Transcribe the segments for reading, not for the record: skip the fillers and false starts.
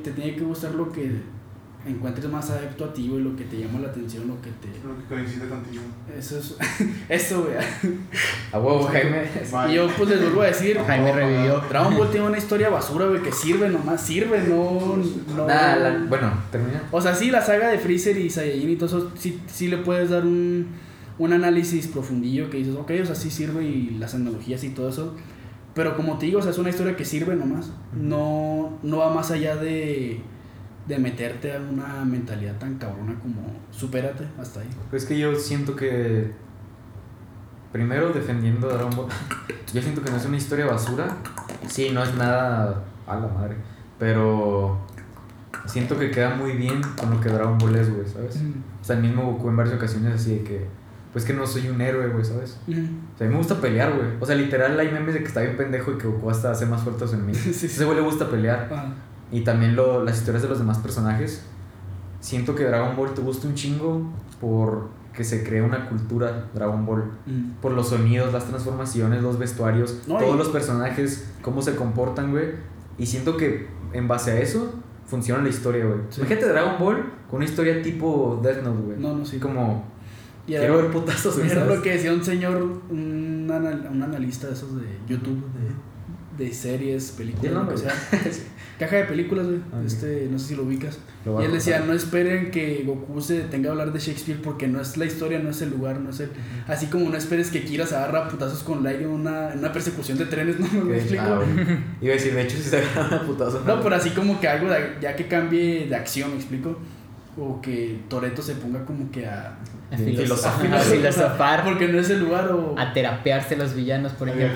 te tiene que gustar lo que encuentres más adepto a ti, güey, lo que te llama la atención, lo que coincide contigo. Eso es, eso, güey. A huevo, Jaime. Y yo pues les vuelvo a decir, Jaime revivió. Dragon Ball tiene una historia basura, güey, que sirve nomás, no. Bueno, termina. O sea, sí, la saga de Freezer y Saiyajin y todo eso, sí le puedes dar un análisis profundillo que dices, ok, o sea, sí sirve y las analogías y todo eso. Pero como te digo, o sea, es una historia que sirve nomás. No va más allá de meterte a una mentalidad tan cabrona como supérate hasta ahí. Pues es que yo siento que, primero defendiendo a Dragon Ball, yo siento que no es una historia basura. Sí, no es nada a la madre, pero siento que queda muy bien con lo que Dragon Ball es, güey, ¿sabes? O sea, el mismo Goku en varias ocasiones así de que, pues que no soy un héroe, güey, ¿sabes? O sea, a mí me gusta pelear, güey. O sea, literal hay memes de que está bien pendejo y que Goku hasta hace más fuerte a su enemigo. Sí. Ese güey le gusta pelear. Y también las historias de los demás personajes. Siento que Dragon Ball te gusta un chingo porque se crea una cultura Dragon Ball. Por los sonidos, las transformaciones, los vestuarios, todos los personajes, cómo se comportan, güey. Y siento que en base a eso funciona la historia, güey. Sí. Imagínate Dragon Ball con una historia tipo Death Note, güey. No, sí. Como, quiero ver putazos, güey. Era lo que decía un señor, un analista de esos de YouTube, de series, películas, lo que sea. Caja de películas, güey. Okay. No sé si lo ubicas. Y él decía, no esperen que Goku se detenga a hablar de Shakespeare porque no es la historia, no es el lugar, no es el... Así como no esperes que Kira se agarra putazos con Light en una persecución de trenes, ¿no me explico? Iba a decir, de hecho, si se agarra putazos. No, pero así como que algo ya que cambie de acción, ¿me explico? O que Toretto se ponga como que a filosofar. Porque no es el lugar o... A terapearse los villanos, por ejemplo.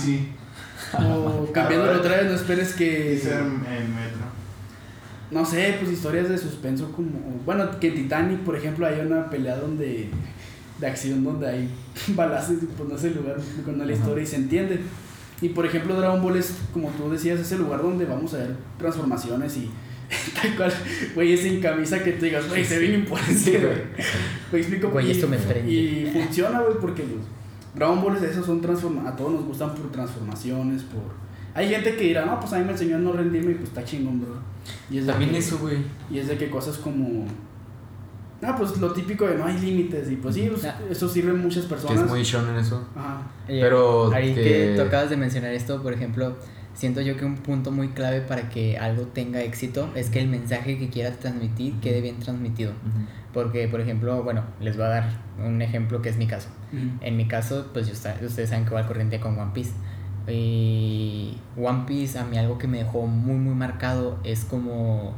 O cambiándolo otra vez, no esperes que... en metro. No sé, pues historias de suspenso como... Bueno, que en Titanic, por ejemplo, hay una pelea de acción donde hay balazos y pues no es el lugar, no es la historia y se entiende. Y por ejemplo, Dragon Ball es, como tú decías, es el lugar donde vamos a ver transformaciones y tal cual, güey, es sin camisa que tú digas, güey, se ve imponente, güey. Me explico. Güey, esto me prende. Y funciona, güey, porque pues, Dragon Ball esos son a todos nos gustan por transformaciones, Hay gente que dirá, no, pues a mí me enseñó a no rendirme y pues está chingón, bro. Y es también eso, güey. Y es de que cosas como... pues lo típico de no hay límites y pues sí, pues, eso sirve a muchas personas. Que es muy shonen eso. Ajá. Pero ahí que tú acabas de mencionar esto, por ejemplo, siento yo que un punto muy clave para que algo tenga éxito es que el mensaje que quieras transmitir quede bien transmitido. Porque, por ejemplo, bueno, les voy a dar un ejemplo que es mi caso. En mi caso, pues ustedes saben que voy al corriente con One Piece. Y One Piece, a mí algo que me dejó muy muy marcado es como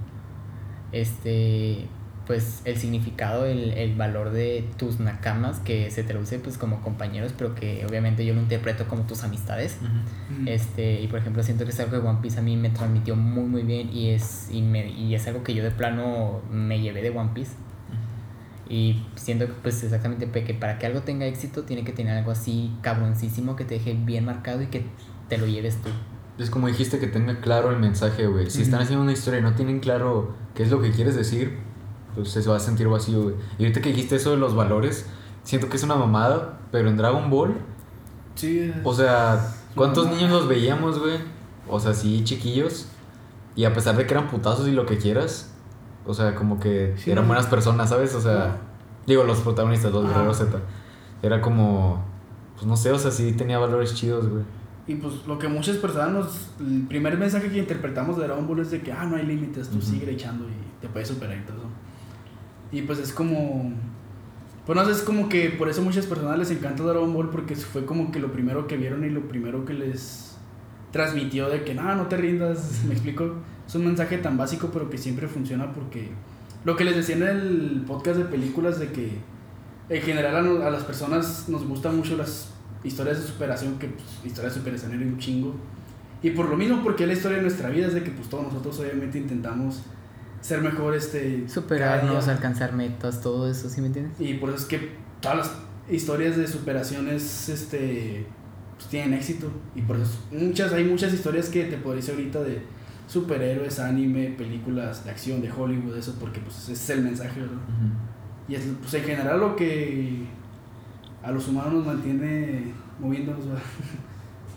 pues el significado, el valor de tus nakamas, que se traduce pues como compañeros, pero que obviamente yo lo interpreto como tus amistades. Y por ejemplo siento que es algo de One Piece a mí me transmitió muy muy bien y es algo que yo de plano me llevé de One Piece. Y siento que pues exactamente que para que algo tenga éxito tiene que tener algo así cabroncísimo que te deje bien marcado y que te lo lleves tú. Es como dijiste, que tenga claro el mensaje, güey. Si están haciendo una historia y no tienen claro qué es lo que quieres decir, pues se va a sentir vacío, güey. Y ahorita que dijiste eso de los valores, siento que es una mamada, pero en Dragon Ball, sí, o sea, ¿cuántos niños los veíamos, güey? O sea, sí, chiquillos, y a pesar de que eran putazos y lo que quieras, o sea, como que sí, eran buenas personas, ¿sabes? O sea, digo, los protagonistas, los guerreros Z, era como, pues no sé, o sea, sí tenía valores chidos, güey. Y pues lo que muchas personas el primer mensaje que interpretamos de Dragon Ball es de que no hay límites, tú sigue echando y te puedes superar y todo eso. Y pues es como, pues no sé, es como que por eso muchas personas les encanta Dragon Ball, porque fue como que lo primero que vieron y lo primero que les transmitió de que no te rindas, me explico. Es un mensaje tan básico pero que siempre funciona, porque lo que les decía en el podcast de películas de que en general a las personas nos gustan mucho las historias de superación, que pues historias de superación eran un chingo. Y por lo mismo, porque la historia de nuestra vida es de que pues todos nosotros obviamente intentamos ser mejor, superarnos, alcanzar metas, todo eso, ¿sí me entiendes? Y por eso es que todas las historias de superaciones pues tienen éxito. Y por eso hay muchas historias que te podría decir ahorita de superhéroes, anime, películas de acción de Hollywood, eso, porque pues ese es el mensaje, ¿verdad? Y es pues en general lo que a los humanos nos mantiene moviéndonos, ¿verdad?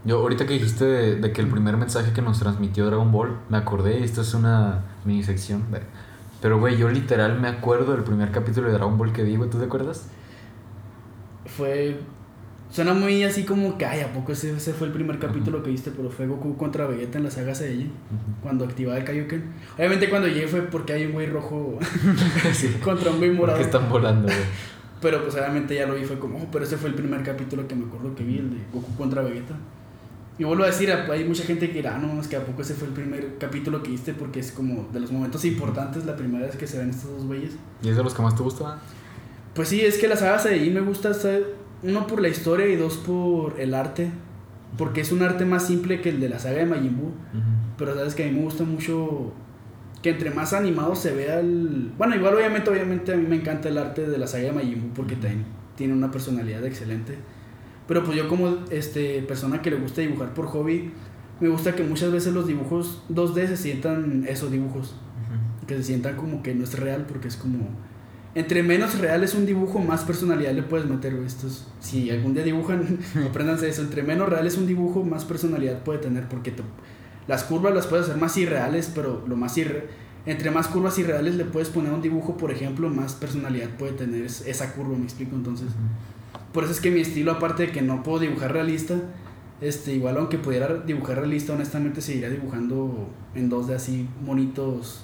Yo, ahorita que dijiste de que el primer mensaje que nos transmitió Dragon Ball, me acordé, y esto es una mini sección, pero güey, yo literal me acuerdo del primer capítulo de Dragon Ball que vi, güey, ¿tú te acuerdas? Suena muy así como que, ay, ¿a poco ese fue el primer capítulo que viste? Pero fue Goku contra Vegeta en la saga Saiyajin, cuando activaba el Kaioken. Obviamente cuando llegué fue porque hay un güey rojo Sí. contra un güey morado. Que están volando, güey. Pero pues obviamente ya lo vi, fue como, pero ese fue el primer capítulo que me acuerdo que vi, el de Goku contra Vegeta. Y vuelvo a decir, hay mucha gente que dirá, no, es que ¿a poco ese fue el primer capítulo que viste? Porque es como de los momentos importantes, la primera vez que se ven estos dos güeyes. ¿Y es de los que más te gusta? Pues sí, es que la saga Saiyajin me gusta, uno por la historia y dos por el arte. Porque es un arte más simple que el de la saga de Majin Buu. Pero sabes que a mí me gusta mucho que entre más animado se vea el... Bueno, igual obviamente a mí me encanta el arte de la saga de Majin Buu porque también tiene una personalidad excelente. Pero pues yo como persona que le gusta dibujar por hobby, me gusta que muchas veces los dibujos 2D se sientan esos dibujos. Que se sientan como que no es real, porque es como... Entre menos real es un dibujo, más personalidad le puedes meter, güey. Si algún día dibujan, apréndanse eso. Entre menos real es un dibujo, más personalidad puede tener, porque las curvas las puedes hacer más irreales, pero entre más curvas irreales le puedes poner a un dibujo, por ejemplo, más personalidad puede tener esa curva, me explico. Entonces, por eso es que mi estilo, aparte de que no puedo dibujar realista, igual aunque pudiera dibujar realista, honestamente seguiría dibujando en 2D así, monitos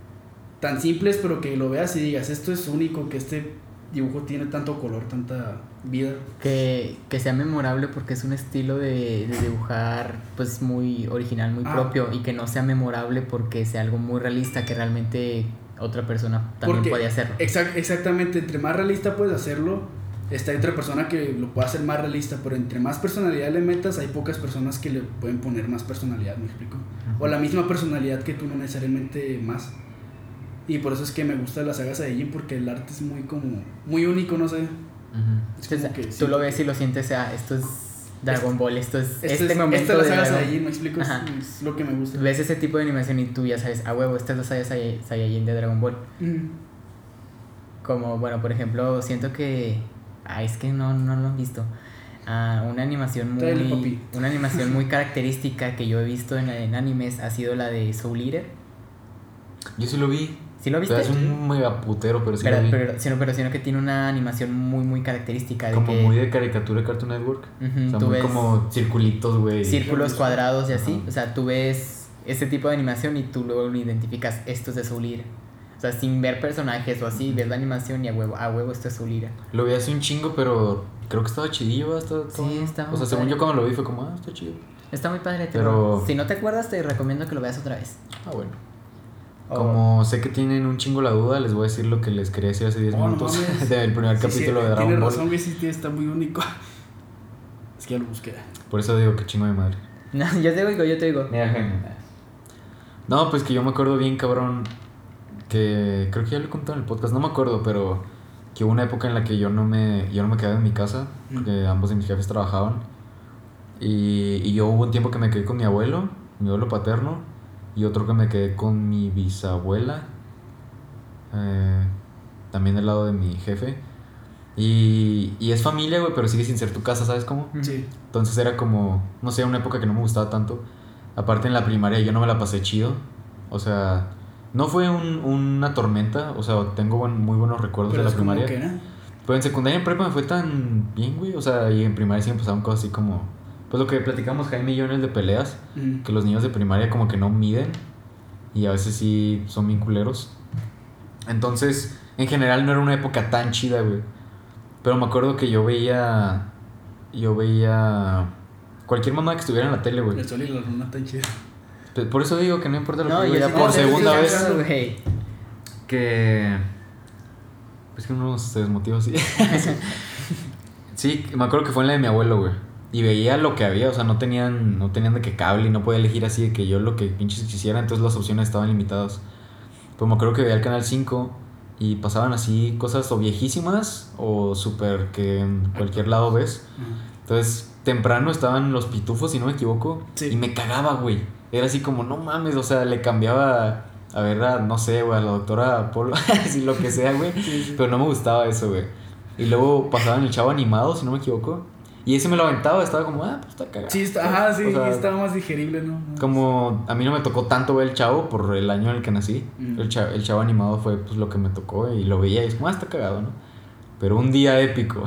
tan simples, pero que lo veas y digas, esto es único, que este dibujo tiene tanto color, tanta vida. Que sea memorable, porque es un estilo de dibujar pues muy original, muy propio, y que no sea memorable porque sea algo muy realista, que realmente otra persona también puede hacerlo. Exactamente, entre más realista puedes hacerlo, hay otra persona que lo puede hacer más realista, pero entre más personalidad le metas, hay pocas personas que le pueden poner más personalidad, ¿me explico? O la misma personalidad que tú, no necesariamente más. Y por eso es que me gusta la saga Saiyajin, porque el arte es muy único, no sé. Es como que, tú lo ves y lo sientes, esto es Dragon Ball, esto es momento esta es la saga de Saiyajin, me explico, es lo que me gusta. Ves ese tipo de animación y tú ya sabes, a huevo, esta es la saga Saiyajin de Dragon Ball. Como, bueno, por ejemplo, siento que... es que no lo han visto. Una animación muy característica que yo he visto en animes ha sido la de Soul Eater. Yo sí lo vi. ¿Sí lo viste? Pero es un mega putero, pero sí lo vi. Pero sino que tiene una animación muy característica. Como muy de caricatura de Cartoon Network. O sea, muy como circulitos, güey. Círculos, cuadrados y así. O sea, tú ves este tipo de animación y tú luego lo identificas, esto es de Soul Eater. O sea, sin ver personajes o así, ves la animación y a huevo esto es Soul Eater. Lo vi hace un chingo, pero creo que estaba chidillo. Sí, está. O sea, según yo cuando lo vi fue como, está chido. Está muy padre, pero si no te acuerdas te recomiendo que lo veas otra vez. Bueno. Como sé que tienen un chingo la duda, les voy a decir lo que les quería decir hace 10 minutos del primer capítulo de Dragon Ball. Tienes razón, güey, sí, está muy único. Es que ya lo busqué. Por eso digo que chingo de madre. No, yo te oigo. No, pues que yo me acuerdo bien, cabrón, que creo que ya lo he contado en el podcast, no me acuerdo, pero que hubo una época en la que yo no me quedaba en mi casa, porque ambos de mis jefes trabajaban. Y yo hubo un tiempo que me quedé con mi abuelo paterno. Y otro que me quedé con mi bisabuela, también del lado de mi jefe. Y es familia, güey, pero sigue sin ser tu casa, ¿sabes cómo? Sí. Entonces era como, no sé, una época que no me gustaba tanto. Aparte en la primaria yo no me la pasé chido. O sea, no fue una tormenta. O sea, tengo muy buenos recuerdos de la primaria. Pero en secundaria y en prepa me fue tan bien, güey. O sea, y en primaria sí me pasaban cosas así como... Pues lo que platicamos, Jaime y yo, en el de peleas, que los niños de primaria como que no miden y a veces sí son bien culeros. Entonces, en general no era una época tan chida, güey. Pero me acuerdo que yo veía cualquier mamá que estuviera en la tele, güey. El sol y la luna tan chida. Por eso digo que no importa lo que veía por segunda vez. Wey. Que... Pues que uno se desmotiva así. Sí, me acuerdo que fue en la de mi abuelo, güey. Y veía lo que había, o sea, no tenían de que cable y no podía elegir así de que yo lo que pinches quisiera, entonces las opciones estaban limitadas. Pues me acuerdo que veía el Canal 5 y pasaban así cosas o viejísimas o súper que en cualquier lado ves. Entonces, temprano estaban los pitufos, si no me equivoco, y me cagaba, güey. Era así como, no mames, o sea, le cambiaba a ver no sé, güey, a la doctora Polo, así lo que sea, güey. Sí. Pero no me gustaba eso, güey. Y luego pasaban el Chavo Animado, si no me equivoco. Y ese me lo aventaba, estaba como, pues está cagado. Sí, ajá, sí, O sea, estaba más digerible, ¿no? como a mí no me tocó tanto ver El Chavo por el año en el que nací. Mm. El Chavo animado fue pues lo que me tocó y lo veía y es como, está cagado, ¿no? Pero un día épico.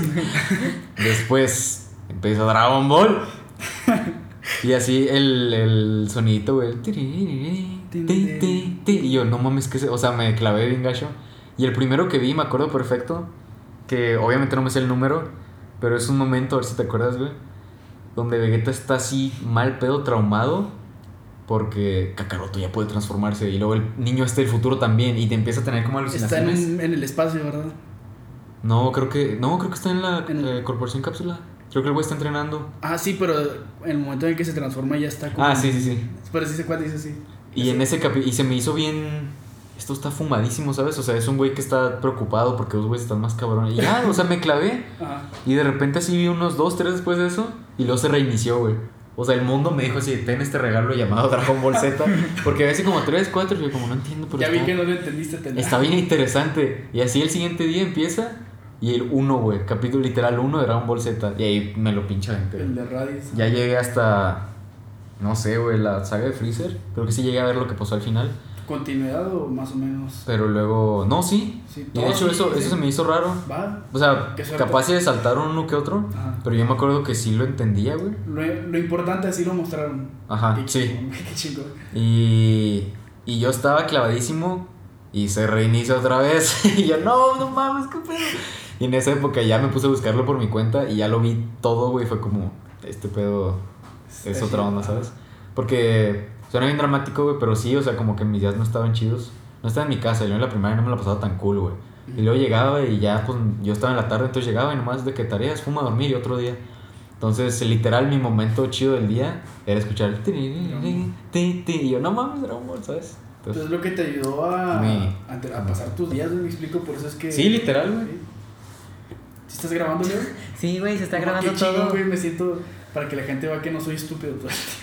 Después empezó Dragon Ball. Y así el sonidito, güey. Y yo, no mames, o sea, me clavé bien gacho. Y el primero que vi, me acuerdo perfecto, que obviamente no me sé el número, pero es un momento, a ver si te acuerdas, güey, donde Vegeta está así mal pedo, traumado, porque Kakaroto ya puede transformarse. Y luego el niño del futuro también, y te empieza a tener como Está alucinaciones. en el espacio, ¿verdad? No, creo que está en la Corporación Cápsula. Creo que el güey está entrenando. Ah, sí, pero en el momento en el que se transforma ya está como... Sí. Pero sí sé cuál dice, sí. Y en ese y se me hizo bien. Esto está fumadísimo, ¿sabes? O sea, es un güey que está preocupado porque los güeyes están más cabrones. Y ya, o sea, me clavé. Ajá. Y de repente así vi unos 2, 3 después de eso. Y luego se reinició, güey. O sea, el mundo me dijo así, ten este regalo llamado Dragon Ball Z. Porque a veces como 3, 4, y yo como no entiendo, pero Ya vi que no lo entendiste. está bien interesante. Y así el siguiente día empieza. Y el 1, güey, capítulo literal 1 de Dragon Ball Z. Y ahí me lo pincha entero. El de Raditz. Ya llegué hasta, no sé, güey, la saga de Freezer. Creo que sí llegué a ver lo que pasó al final. ¿Continuidad o más o menos? Pero luego, no, sí. Sí, Y de hecho eso se me hizo raro. Va. O sea, Qué suerte. capaz de saltar uno que otro. Ajá. Pero yo me acuerdo que sí lo entendía, güey. Lo importante así lo mostraron. Ajá, Qué sí. chingón, qué chingón. Y yo estaba clavadísimo. Y se reinicia otra vez. Y yo, no mames, qué pedo. Y en esa época ya me puse a buscarlo por mi cuenta. Y ya lo vi todo, güey. Fue como, este pedo es otra onda, ¿sabes? Porque suena bien dramático, güey. Pero sí, o sea, como que mis días no estaban chidos. No estaba en mi casa. Yo en la primaria no me la pasaba tan cool, güey. Y luego llegaba y ya, pues, yo estaba en la tarde. Entonces llegaba y nomás de que tareas, fuma a dormir y otro día. Entonces, literal, mi momento chido del día era escuchar y yo, no mames, Dragon Ball, ¿sabes? Entonces es lo que te ayudó a pasar tus días, me explico, por eso es que... Sí, literal, güey. ¿Sí estás grabando, Leo? Sí, güey, se está No, grabando qué chingón, todo. güey, me siento... Para que la gente vea que no soy estúpido.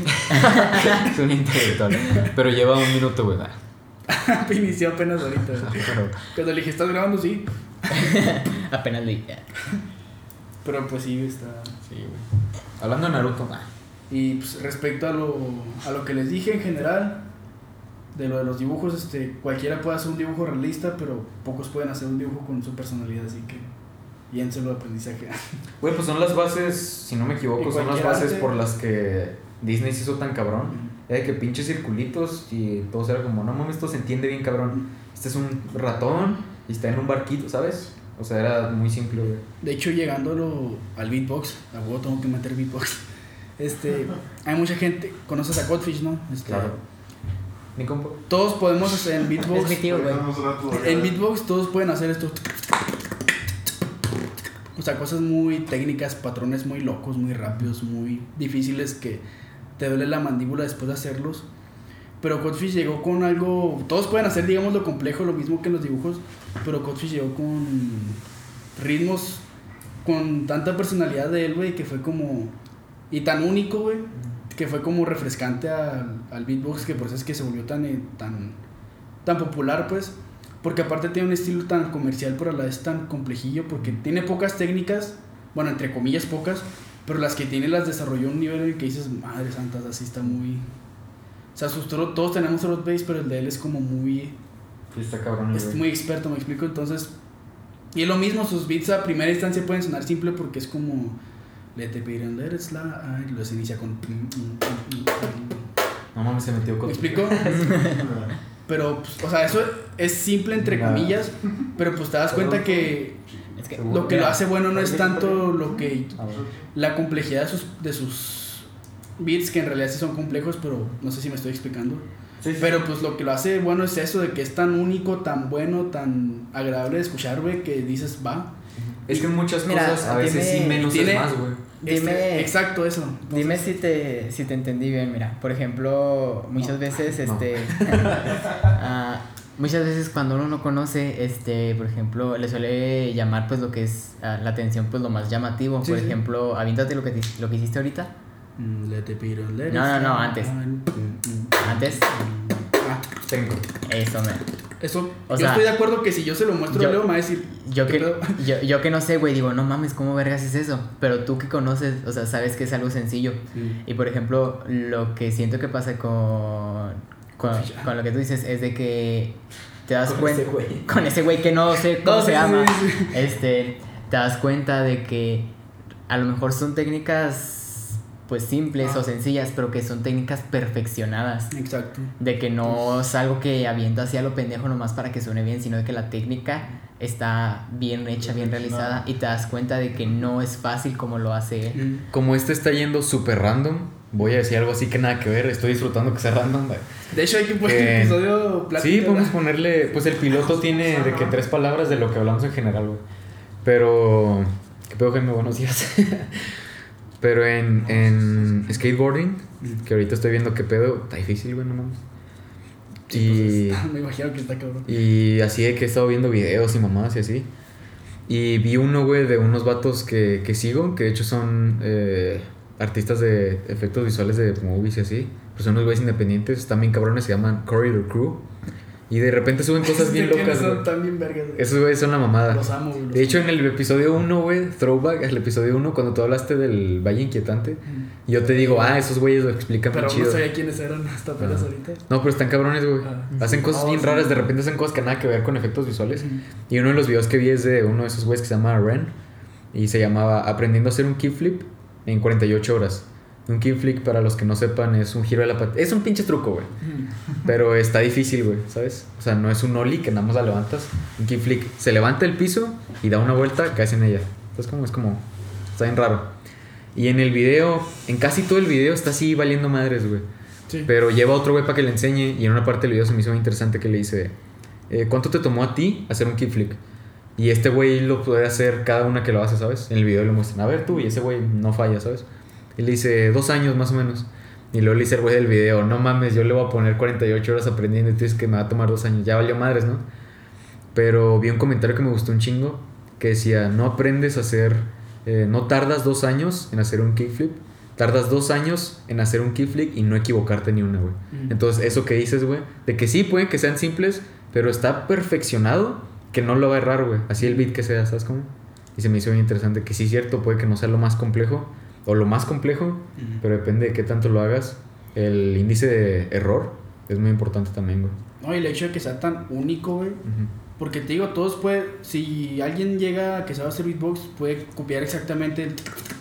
Es un intelectual. Pero lleva 1 minuto, güey. Inició apenas ahorita. Pero, Cuando le dije, ¿estás grabando? Sí. Apenas leí. Pero pues sí, está... sí, güey. Hablando de Naruto, Y pues respecto a lo que les dije en general, de lo de los dibujos, cualquiera puede hacer un dibujo realista, pero pocos pueden hacer un dibujo con su personalidad, así que llévenselo de aprendizaje. güey, pues son las bases, si no me equivoco, Y son las cualquier bases arte. por las que Disney se hizo tan cabrón. Era de que pinches circulitos y todo era como, no mames, esto se entiende bien cabrón. Este es un ratón y está en un barquito, ¿sabes? O sea, era muy simple, güey. De hecho, llegando al beatbox, a huevo tengo que meter beatbox. Hay mucha gente, conoces a Codfish, ¿no? Claro. Mi compa. Todos podemos hacer en beatbox. Es mi tío, güey. En beatbox todos pueden hacer esto. O sea, cosas muy técnicas, patrones muy locos, muy rápidos, muy difíciles que te duele la mandíbula después de hacerlos. Pero Codfish llegó con algo... Todos pueden hacer, digamos, lo complejo, lo mismo que en los dibujos. Pero Codfish llegó con ritmos, con tanta personalidad de él, güey, que fue como... Y tan único, güey, que fue como refrescante al beatbox, que por eso es que se volvió tan popular, pues. Porque aparte tiene un estilo tan comercial, pero a la vez tan complejillo, porque tiene pocas técnicas, bueno, entre comillas pocas, pero las que tiene las desarrolló a un nivel en el que dices, madre santa, así está muy... O sea, todos tenemos throat bass, pero el de él es como muy... Sí, está cabrón, es muy experto, me explico, entonces... Y es lo mismo, sus beats a primera instancia pueden sonar simple porque es como... Let it be and let it slide, y luego se inicia con... No mames, se metió con... ¿Me explico? Pero, pues, o sea, eso es simple entre comillas, pero pues te das cuenta que Es que lo que lo hace bueno no es tanto la complejidad de sus beats, que en realidad sí son complejos, pero no sé si me estoy explicando. Sí, sí. Pero pues lo que lo hace bueno es eso, de que es tan único, tan bueno, tan agradable de escuchar, güey, que dices, va. Es que muchas Mira, cosas a veces sí menos tiene- es más, güey. Dime- Exacto, eso. Entonces, Dime si te entendí bien, mira, por ejemplo, muchas veces, no. muchas veces cuando uno no conoce, por ejemplo, le suele llamar pues lo que es la atención, pues lo más llamativo, Sí, por sí. ejemplo, aviéntate lo que hiciste ahorita, let it be and let it No, slide. antes. Antes, Ah, Tengo. eso, mira. Eso, O yo sea, estoy de acuerdo que si yo se lo muestro a Leo, me va a decir. Yo ¿qué que, pedo? yo que no sé, güey, digo, no mames, ¿cómo vergas es eso? Pero tú que conoces, o sea, sabes que es algo sencillo. Y por ejemplo, lo que siento que pasa con lo que tú dices es de que te das cuenta. Con ese güey que no sé cómo se llama. Sí. Te das cuenta de que a lo mejor son técnicas pues simples o sencillas, pero que son técnicas perfeccionadas. Exacto. De que no es algo que avienta así a lo pendejo nomás para que suene bien, sino de que la técnica está bien hecha, bien realizada, y te das cuenta de que no es fácil como lo hace él. Como está yendo súper random, voy a decir algo así que nada que ver. Estoy disfrutando que sea random, güey. De hecho, hay que poner el episodio plática. Sí, podemos ponerle. Pues el piloto tiene de que 3 palabras de lo que hablamos en general, güey. Pero. ¿Qué pedo, Jaime? Buenos días. Pero en skateboarding, que ahorita estoy viendo qué pedo, está difícil, güey, no mames. Sí, pues me imagino que está cabrón. Y así de que he estado viendo videos y mamadas y así. Y vi uno, güey, de unos vatos que sigo, que de hecho son artistas de efectos visuales de movies y así. Pues son unos güeyes independientes, están bien cabrones, se llaman Corridor Crew. Y de repente suben cosas bien locas, güey. Son también vergas, güey. Esos güeyes son la mamada. Los amo, güey. De hecho, en el episodio 1, güey, throwback, el episodio 1, cuando tú hablaste del Valle Inquietante, yo te digo, esos güeyes lo explican pero muy chido. no sabía quiénes eran hasta apenas ahorita. No, pero están cabrones, güey. Hacen cosas bien raras, de repente hacen cosas que nada que ver con efectos visuales. Y uno de los videos que vi es de uno de esos güeyes que se llama Ren. Y se llamaba Aprendiendo a hacer un kickflip en 48 horas. Un kickflip, para los que no sepan, es un giro de la patita. Es un pinche truco, güey. Pero está difícil, güey, ¿sabes? O sea, no es un ollie que nada más la levantas. Un kickflip se levanta el piso y da una vuelta, caes en ella. Entonces, es como. Está bien raro. Y en el video, en casi todo el video está así valiendo madres, güey. Sí. Pero lleva a otro güey para que le enseñe. Y en una parte del video se me hizo muy interesante que le dice: ¿cuánto te tomó a ti hacer un kickflip? Y este güey lo puede hacer cada una que lo hace, ¿sabes? En el video le muestran, a ver tú, y ese güey no falla, ¿sabes? Y le dice 2 años más o menos. Y luego le dice el güey del video, no mames, yo le voy a poner 48 horas aprendiendo y tú dices que me va a tomar 2 años. Ya valió madres, ¿no? Pero vi un comentario que me gustó un chingo, que decía, no aprendes a hacer, no tardas 2 años en hacer un kickflip, tardas 2 años en hacer un kickflip y no equivocarte ni una, güey. Entonces eso que dices, güey, de que sí pueden que sean simples, pero está perfeccionado que no lo va a errar, güey. Así el beat que sea, ¿sabes cómo? Y se me hizo bien interesante que sí es cierto, puede que no sea lo más complejo o lo más complejo, pero depende de qué tanto lo hagas. El índice de error es muy importante también, güey. No, y el hecho de que sea tan único, güey. Porque te digo, todos pueden. Si alguien llega que sabe hacer beatbox, puede copiar exactamente el.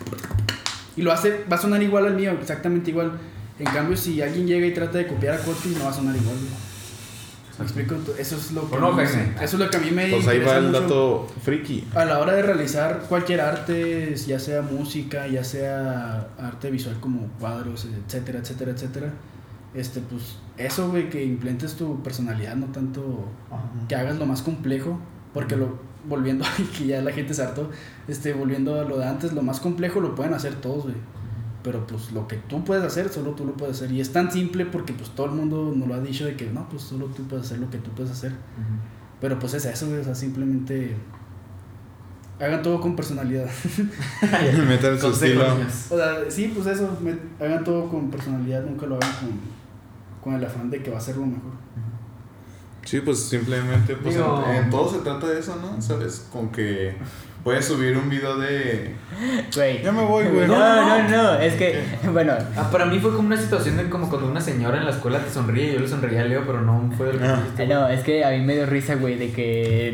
Y lo hace, va a sonar igual al mío, exactamente igual. En cambio, si alguien llega y trata de copiar a Costis, no va a sonar igual, güey. ¿Me explico? Eso es lo que, eso es lo que a mí me Pues ahí va el mucho. dato friki. A la hora de realizar cualquier arte, ya sea música, ya sea arte visual como cuadros, etcétera, etcétera, etcétera, pues eso, güey, que implementes tu personalidad, no tanto que hagas lo más complejo, porque volviendo a que ya la gente se hartó, volviendo a lo de antes, lo más complejo lo pueden hacer todos, güey. Pero pues lo que tú puedes hacer, solo tú lo puedes hacer. Y es tan simple porque pues todo el mundo nos lo ha dicho de que no, pues solo tú puedes hacer lo que tú puedes hacer. Pero pues es eso, güey, o sea, simplemente hagan todo con personalidad. Metan su estilo. O sea, sí, pues eso, hagan todo con personalidad, nunca lo hagan con el afán de que va a ser lo mejor. Sí, pues simplemente, pues Digo, en todo se trata de eso, ¿no? ¿Sabes? Con que puedes subir un video de... Güey. Ya me voy, güey. No, es que, bueno. Para mí fue como una situación de como cuando una señora en la escuela te sonríe. Yo le sonreía a Leo, pero no fue del No, es que a mí me dio risa, güey, de que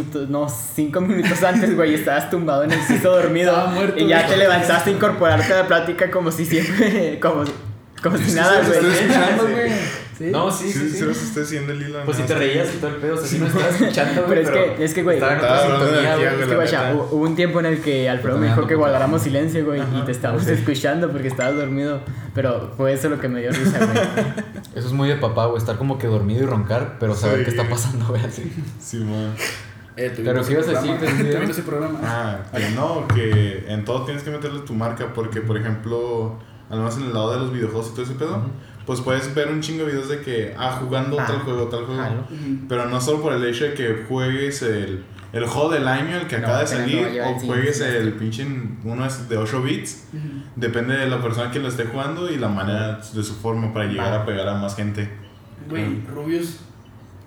5 minutos antes, güey, estabas tumbado en el piso dormido. Estaba muerto, y ya güey. te levantaste a incorporarte a la plática como si siempre, como si nada, güey. Estoy escuchando, güey. ¿Sí? No, sí. Se los estoy haciendo el hilo. Pues si ¿no? te reías y todo el pedo, o sea, sí me estabas escuchando, güey. Pero es que, güey, estaba en estaba otra hablando de sintonía, energía, güey. es que, güey, ya, hubo un tiempo en el que Alfredo me dijo que guardáramos silencio, güey, y te estábamos escuchando porque estabas dormido. Pero fue eso lo que me dio risa, güey. Eso es muy de papá, güey, estar como que dormido y roncar, pero saber Sí. qué está pasando, güey, así. Sí, man. Pero ¿qué ibas a decir? Tuvimos ese programa. Que no, que en todo tienes que meterle tu marca. Porque, por ejemplo, al menos en el lado de los videojuegos y todo ese pedo, pues puedes ver un chingo de videos de que, jugando tal juego. Pero no solo por el hecho de que juegues el juego del año, el que acaba de salir, o juegues el pinche uno de 8 bits. Depende de la persona que lo esté jugando y la manera de su forma para llegar a pegar a más gente. Güey, Rubius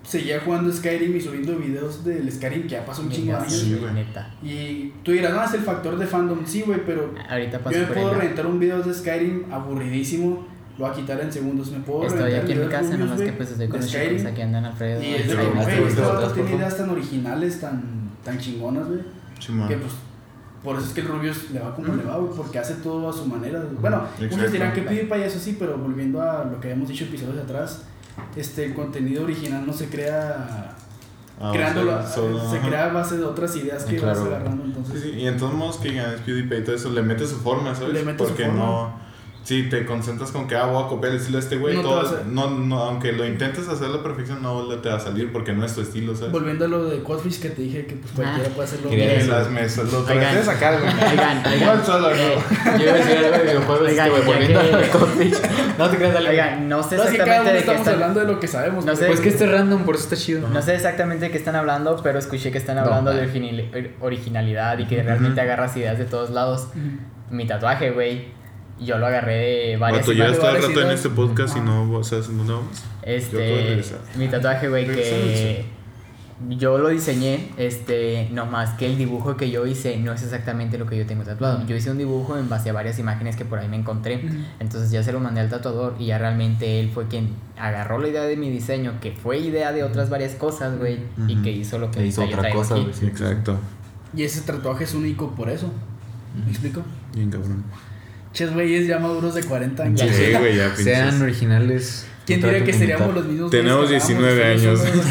seguía jugando Skyrim y subiendo videos del Skyrim que ya pasó un chingo de años. Sí, güey. Neta. Y tú dirás, no, es el factor de fandom. Sí, güey, pero Ahorita yo me puedo reventar un video de Skyrim aburridísimo, lo voy a quitar en segundos. Me puedo Estoy reventar aquí en mi casa, Rubius, nomás güey, que pues estoy con de los Skyrim. chicos, aquí andan Alfredo. Y es de Ahí que, me güey, estoy este vato atrás, tiene por ideas tan originales, tan chingonas, güey. Simón. Que pues, por eso es que el Rubius le va como le va, güey, porque hace todo a su manera. Bueno, Exacto. muchos dirán que PewDiePie eso sí, pero volviendo a lo que habíamos dicho episodios atrás, el contenido original no se crea creándolo, se crea a base de otras ideas que vas agarrando, entonces. Sí, y en todos modos que ganes PewDiePie y todo eso, le mete su forma, ¿sabes? Le mete porque su forma. no... Si te concentras con que voy a copiar el estilo de este güey, no, aunque lo intentes hacer a la perfección, no te va a salir porque no es tu estilo, ¿sabes? Volviendo a lo de Codfish que te dije que pues cualquiera puede hacerlo. En las mesas, lo traté de sacar, güey. Oigan. Solo, no. Yo iba a decir algo de videojuegos, güey, volviendo a lo de Codfish. No te creas, dale. Oigan, no sé No, es que cada exactamente uno de qué estamos están hablando de lo que sabemos. No sé. Pues que este es random, por eso está chido. No sé exactamente de qué están hablando, pero escuché que están hablando de originalidad y que realmente agarras ideas de todos lados. Mi tatuaje, güey, yo lo agarré de varias Tú llevas todo el rato en ideas. este podcast y no sabes en dónde vamos. Yo puedo regresar. Mi tatuaje, güey, que yo lo diseñé, nomás que el dibujo que yo hice no es exactamente lo que yo tengo tatuado. Yo hice un dibujo en base a varias imágenes que por ahí me encontré. Entonces ya se lo mandé al tatuador y ya realmente él fue quien agarró la idea de mi diseño, que fue idea de otras varias cosas, güey, y que hizo lo que hizo yo otra traigo cosa, aquí. güey. Sí. Exacto. Y ese tatuaje es único por eso. ¿Me explico? Bien cabrón. Ches güeyes ya maduros de 40 años. Sí, güey, ya Sean pinches. originales. ¿Quién no diría que traten de seríamos imitar. los mismos? Tenemos güeyes que 19 hablamos, años.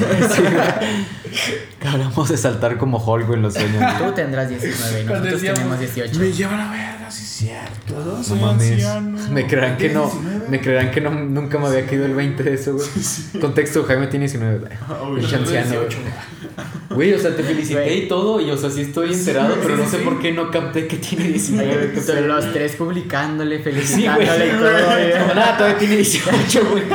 Que hablamos de saltar como Hulk en los sueños. Tú tendrás 19 y Cuando nosotros decíamos, tenemos 18. Me llevan a verga, sí es cierto. Todos No Soy mames. anciano. Me creerán que no. 19. Me creerán que no, nunca me había caído el 20 de eso, güey. Contexto, Jaime tiene 19. Pinche anciano, güey. 18. Güey, o sea, te felicité Güey. y todo. Y o sea, sí estoy enterado, pero no sé por qué no capté que tiene 19. Son los tres publicándole, felicitándole y todo, güey. Como nada, todavía tiene 18, güey.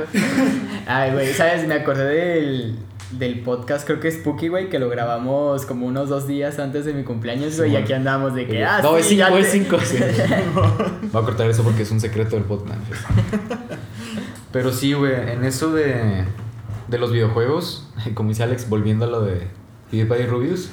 Ay, güey, ¿sabes? Me acordé del podcast, creo que es Spooky, güey, que lo grabamos como unos 2 días antes de mi cumpleaños, güey, y aquí andamos de que, No, sí, es 5, ya es 5. Voy a cortar eso porque es un secreto del podcast. Pero sí, güey, en eso de los videojuegos, como dice Alex, volviendo a lo de PewDiePie y Rubius,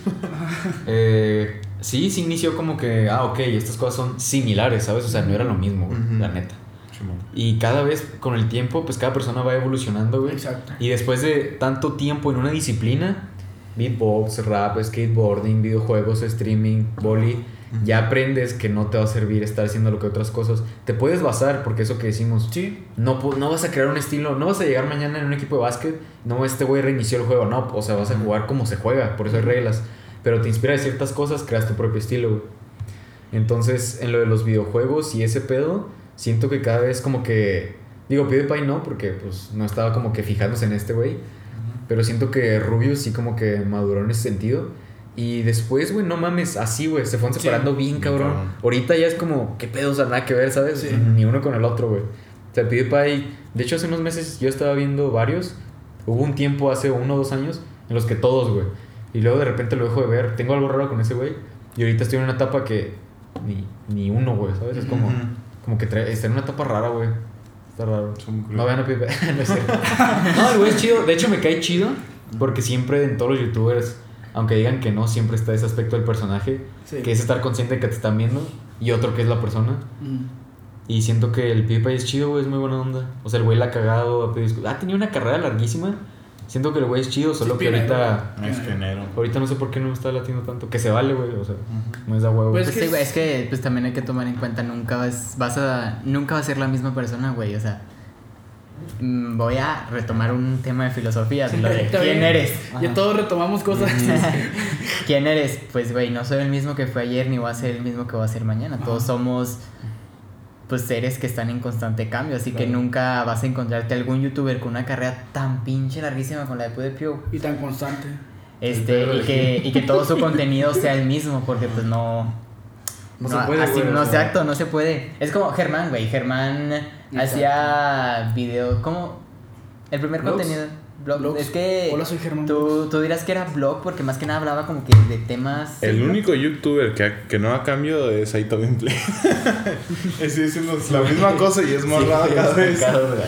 sí inició como que, ok, estas cosas son similares, ¿sabes? O sea, no era lo mismo, güey, la neta. Y cada vez, con el tiempo, pues cada persona va evolucionando, güey. Exacto. Y después de tanto tiempo en una disciplina, beatbox, rap, skateboarding, videojuegos, streaming, boli, ya aprendes que no te va a servir estar haciendo lo que otras cosas. Te puedes basar, porque eso que decimos, Sí. no vas a crear un estilo, no vas a llegar mañana en un equipo de básquet, no, este güey reinició el juego, no, o sea, vas a jugar como se juega, por eso hay reglas. Pero te inspira de ciertas cosas, creas tu propio estilo, güey. Entonces, en lo de los videojuegos y ese pedo, siento que cada vez como que... Digo, PewDiePie no, porque pues no estaba como que fijándose en este güey. Pero siento que Rubius sí como que maduró en ese sentido. Y después, güey, no mames, así, güey, se fueron separando bien cabrón. Ahorita ya es como, ¿qué pedo? O sea, nada que ver, ¿sabes? Sí. Ni uno con el otro, güey. O sea, PewDiePie... De hecho, hace unos meses yo estaba viendo varios. Hubo un tiempo, hace 1 o 2 años, en los que todos, güey. Y luego de repente lo dejo de ver. Tengo algo raro con ese güey. Y ahorita estoy en una etapa que... Ni uno, güey, ¿sabes? Es como... Como que está en una etapa rara, güey. Está raro. No vean a Pipe. No es cierto. No, el güey es chido. De hecho, me cae chido. Porque siempre en todos los youtubers, aunque digan que no, siempre está ese aspecto del personaje. Sí. Que es estar consciente de que te están viendo. Y otro que es la persona. Y siento que el PewDiePie es chido, güey. Es muy buena onda. O sea, el güey la ha cagado. Ha tenido una carrera larguísima. Siento que el güey es chido. Solo que ahorita... Es pionero. Ahorita no sé por qué no me está latiendo tanto. Que se vale, güey. O sea, no es de huevo. Pues Pues sí, güey, es que pues también hay que tomar en cuenta, nunca va a ser la misma persona, güey, o sea, voy a retomar un tema de filosofía, lo de Está ¿quién bien. eres? Ya todos retomamos cosas. ¿Quién eres? Pues, güey, no soy el mismo que fue ayer ni voy a ser el mismo que voy a ser mañana, todos somos pues seres que están en constante cambio, así que nunca vas a encontrarte algún youtuber con una carrera tan pinche larguísima con la de PewDiePie. Y tan constante. Y que todo su contenido sea el mismo, porque pues no se puede, así, güey, no, o sea. exacto, no se puede. Es como Germán, güey. Germán hacía videos, como el primer ¿Blogs? contenido. Blogs. Es que Hola, soy Germán. tú dirás que era blog porque más que nada hablaba como que de temas. El único youtuber que no ha cambiado es Saito Gameplay. Estoy diciendo la misma cosa y es más rara cada vez.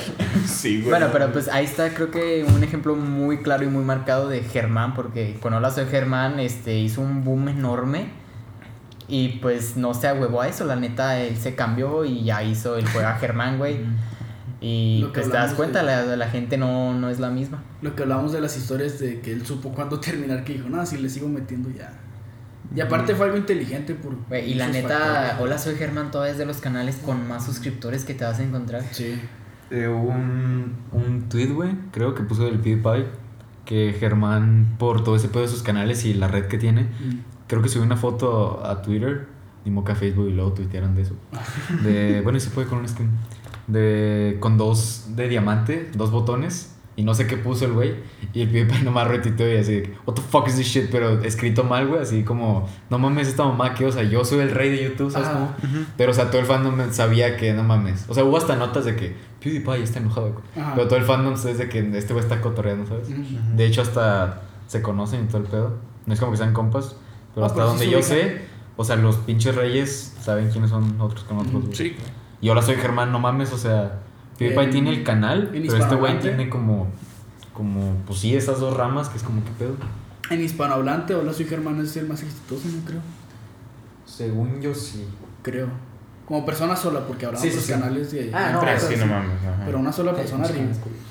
Sí, güey. Bueno, pero pues ahí está, creo que un ejemplo muy claro y muy marcado de Germán, porque con Hola Soy Germán hizo un boom enorme y pues no se ahuevó a eso, la neta, él se cambió y ya hizo el Juega Germán, güey. Y pues te das cuenta, la gente no es la misma. Lo que hablamos de las historias de que él supo cuándo terminar, que dijo, nada, si le sigo metiendo ya. Y aparte fue algo inteligente por... Wey, y la neta, Hola Soy Germán todavía es de los canales con más suscriptores que te vas a encontrar. Sí. Hubo un tweet, güey, creo que puso del PewDiePie, que Germán, por todo ese pedo de sus canales y la red que tiene, creo que subió una foto a Twitter, ni moca a Facebook y luego tuitearon de eso. Bueno, y se puede con un screen. Con dos de diamante, 2 botones. Y no sé qué puso el güey. Y el PewDiePie nomás retuiteó y así, what the fuck is this shit? Pero escrito mal, güey. Así como, no mames, esta mamá que, o sea, yo soy el rey de YouTube, ¿sabes cómo? Pero, o sea, todo el fandom sabía que, no mames. O sea, hubo hasta notas de que PewDiePie está enojado, güey. Pero todo el fandom es de que este güey está cotorreando, ¿sabes? De hecho, hasta se conocen y todo el pedo. No es como que sean compas. Pero hasta donde sí yo sé, o sea, los pinches reyes saben quiénes son otros con otros, güey. Sí. Y Hola Soy Germán, no mames, o sea, PewDiePie tiene el canal, pero este güey tiene como, pues sí, esas 2 ramas que es como, ¿qué pedo? En hispanohablante, Hola Soy Germán es el más exitoso, ¿no? Creo. Según yo, sí. Creo. Como persona sola, porque habrá otros canales de empresas. Sí, no mames. Pero una sola persona arriba.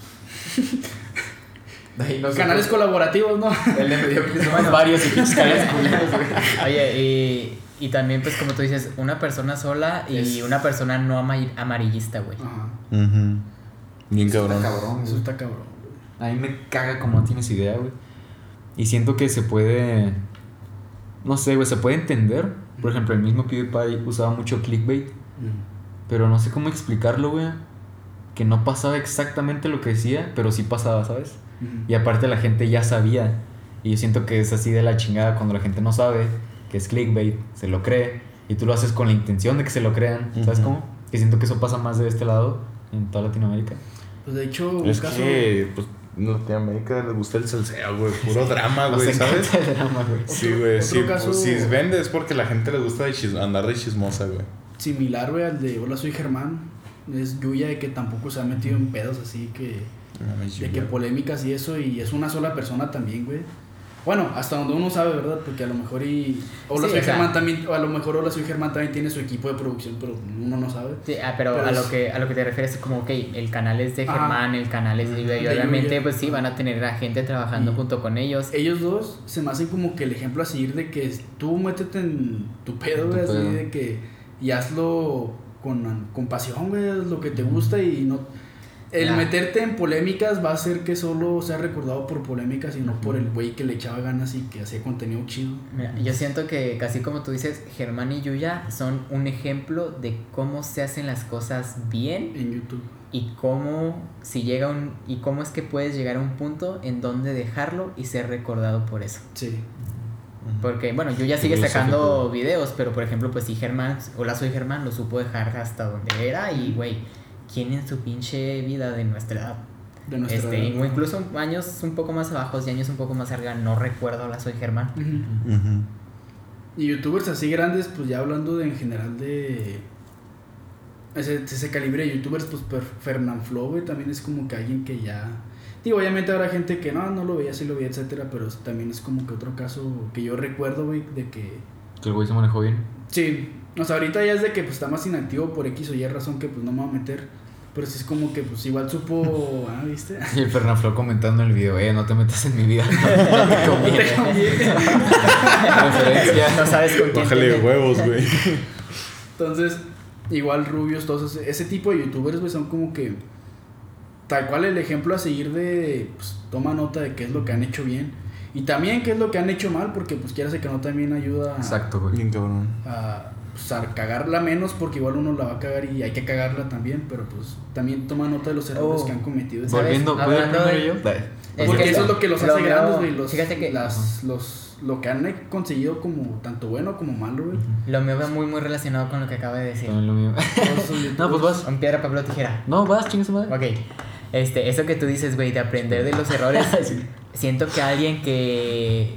Canales colaborativos, ¿no? El de medio que son varios y canales culeros, güey. Oye, y también, pues, como tú dices, una persona sola y una persona no amarillista, güey. Ajá. Bien cabrón. Eso está cabrón. A mí me caga como no tienes idea, güey. Y siento que se puede... No sé, güey, se puede entender. Por ejemplo, el mismo PewDiePie usaba mucho clickbait. Pero no sé cómo explicarlo, güey. Que no pasaba exactamente lo que decía, pero sí pasaba, ¿sabes? Y aparte la gente ya sabía. Y yo siento que es así de la chingada cuando la gente no sabe que es clickbait, se lo cree, y tú lo haces con la intención de que se lo crean, ¿sabes cómo? Que siento que eso pasa más de este lado en toda Latinoamérica. Pues de hecho, es que pues en Latinoamérica les gusta el salseo, güey, puro drama, güey, ¿sabes? El drama, güey. Sí, güey, sí, caso, pues, si vende es porque la gente les gusta andar de chismosa, güey. Similar, güey, al de Hola Soy Germán, es Yuya, de que tampoco se ha metido en pedos así que de que polémicas y eso, y es una sola persona también, güey. Bueno, hasta donde uno sabe, ¿verdad? Porque a lo mejor Hola Soy Germán también, o a lo mejor Hola Soy Germán también tiene su equipo de producción, pero uno no sabe. Sí, pero a lo que te refieres es como, ok, el canal es de Germán, el canal es de Yuya, y obviamente pues sí, van a tener a gente trabajando junto con ellos. Ellos dos se me hacen como que el ejemplo a seguir de que tú métete en tu pedo, güey, así de que y hazlo con pasión, güey, es lo que te gusta y no... El meterte en polémicas va a hacer que solo sea recordado por polémicas y no por el güey que le echaba ganas y que hacía contenido chido. Mira, yo siento que casi como tú dices, Germán y Yuya son un ejemplo de cómo se hacen las cosas bien en YouTube. Y cómo y cómo es que puedes llegar a un punto en donde dejarlo y ser recordado por eso. Sí. Porque, bueno, Yuya sigue sacando videos, pero por ejemplo, pues sí, Germán, Hola Soy Germán, lo supo dejar hasta donde era y, güey, ¿quién en su pinche vida de nuestra edad? O incluso años un poco más abajo y años un poco más arriba, no recuerdo Hola Soy Germán. Y youtubers así grandes, pues ya hablando en general de ese calibre de youtubers, pues Fernanfloo, güey, también es como que alguien que ya... Digo, obviamente habrá gente que no lo veía, sí lo veía, etcétera, pero también es como que otro caso que yo recuerdo, güey, de que... ¿Que el güey se manejó bien? Sí, o sea, ahorita ya es de que pues está más inactivo por X o Y razón que pues no me voy a meter, pero sí es como que pues igual supo, ¿viste? Y el Fernanfloo comentando en el video, no te metas en mi vida, no te conviene. Referencia, no sabes con quién. Bájale huevos, güey. Entonces, igual Rubius, todos ese tipo de youtubers, güey, son como que tal cual el ejemplo a seguir de, pues, toma nota de qué es lo que han hecho bien y también qué es lo que han hecho mal, porque pues quieras que no también ayuda exacto, güey. Bien cabrón. Pues, a cagarla menos, porque igual uno la va a cagar y hay que cagarla también, pero pues también toma nota de los errores que han cometido. Volviendo, ¿puedo ir primero yo? Porque eso es lo que los hace grandes, güey. Fíjate que lo que han conseguido como tanto bueno como malo, güey. Lo mío va muy muy relacionado con lo que acaba de decir. Lo mío. No, pues vas. Un piedra, papel o tijera. No, vas, chingue su madre. Ok. Eso que tú dices, güey, de aprender de los errores. Sí. Siento que alguien que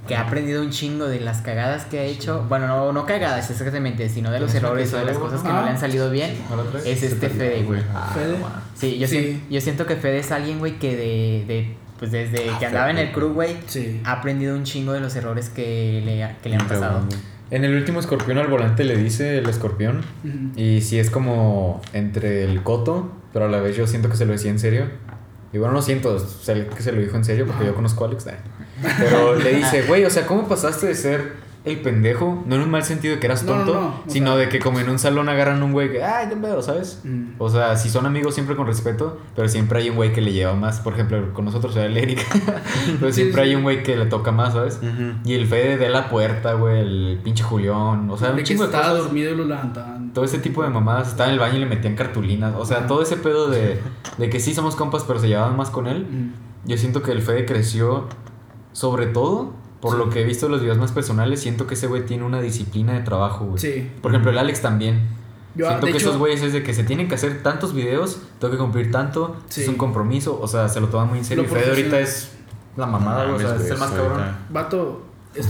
que ha aprendido un chingo de las cagadas que ha hecho. Bueno, no cagadas exactamente, sino de los errores o de las cosas que no le han salido bien. Es Fede, güey. Fede. Sí, yo siento que Fede es alguien, güey, que pues desde que andaba en el crew, güey, ha aprendido un chingo de los errores que le han pasado. En el último Escorpión al volante le dice el Escorpión. Y sí es como entre el coto, pero a la vez yo siento que se lo decía en serio. Y bueno, no siento que se lo dijo en serio porque yo conozco a Alex. Pero le dice, güey, o sea, ¿cómo pasaste de ser el pendejo? No en un mal sentido de que eras tonto, sino de que como en un salón agarran un güey que, ay, qué pedo, ¿sabes? O sea, si son amigos siempre con respeto, pero siempre hay un güey que le lleva más. Por ejemplo, con nosotros era el Eric, pero siempre hay un güey que le toca más, ¿sabes? Y el Fede de la puerta, güey, el pinche Julián, o sea, un chingo de cosas. Estaba dormido y lo levantaban. Todo ese tipo de mamadas, estaba en el baño y le metían cartulinas, o sea, todo ese pedo de que sí somos compas, pero se llevaban más con él. Yo siento que el Fede creció, sobre todo, por lo que he visto de los videos más personales, siento que ese güey tiene una disciplina de trabajo, güey. Sí. Por ejemplo, el Alex también. Siento que esos güeyes es de que se tienen que hacer tantos videos, tengo que cumplir tanto, es un compromiso, o sea, se lo toman muy en serio. Y Fede ahorita es la mamada, güey, o sea, es el más cabrón. Vato,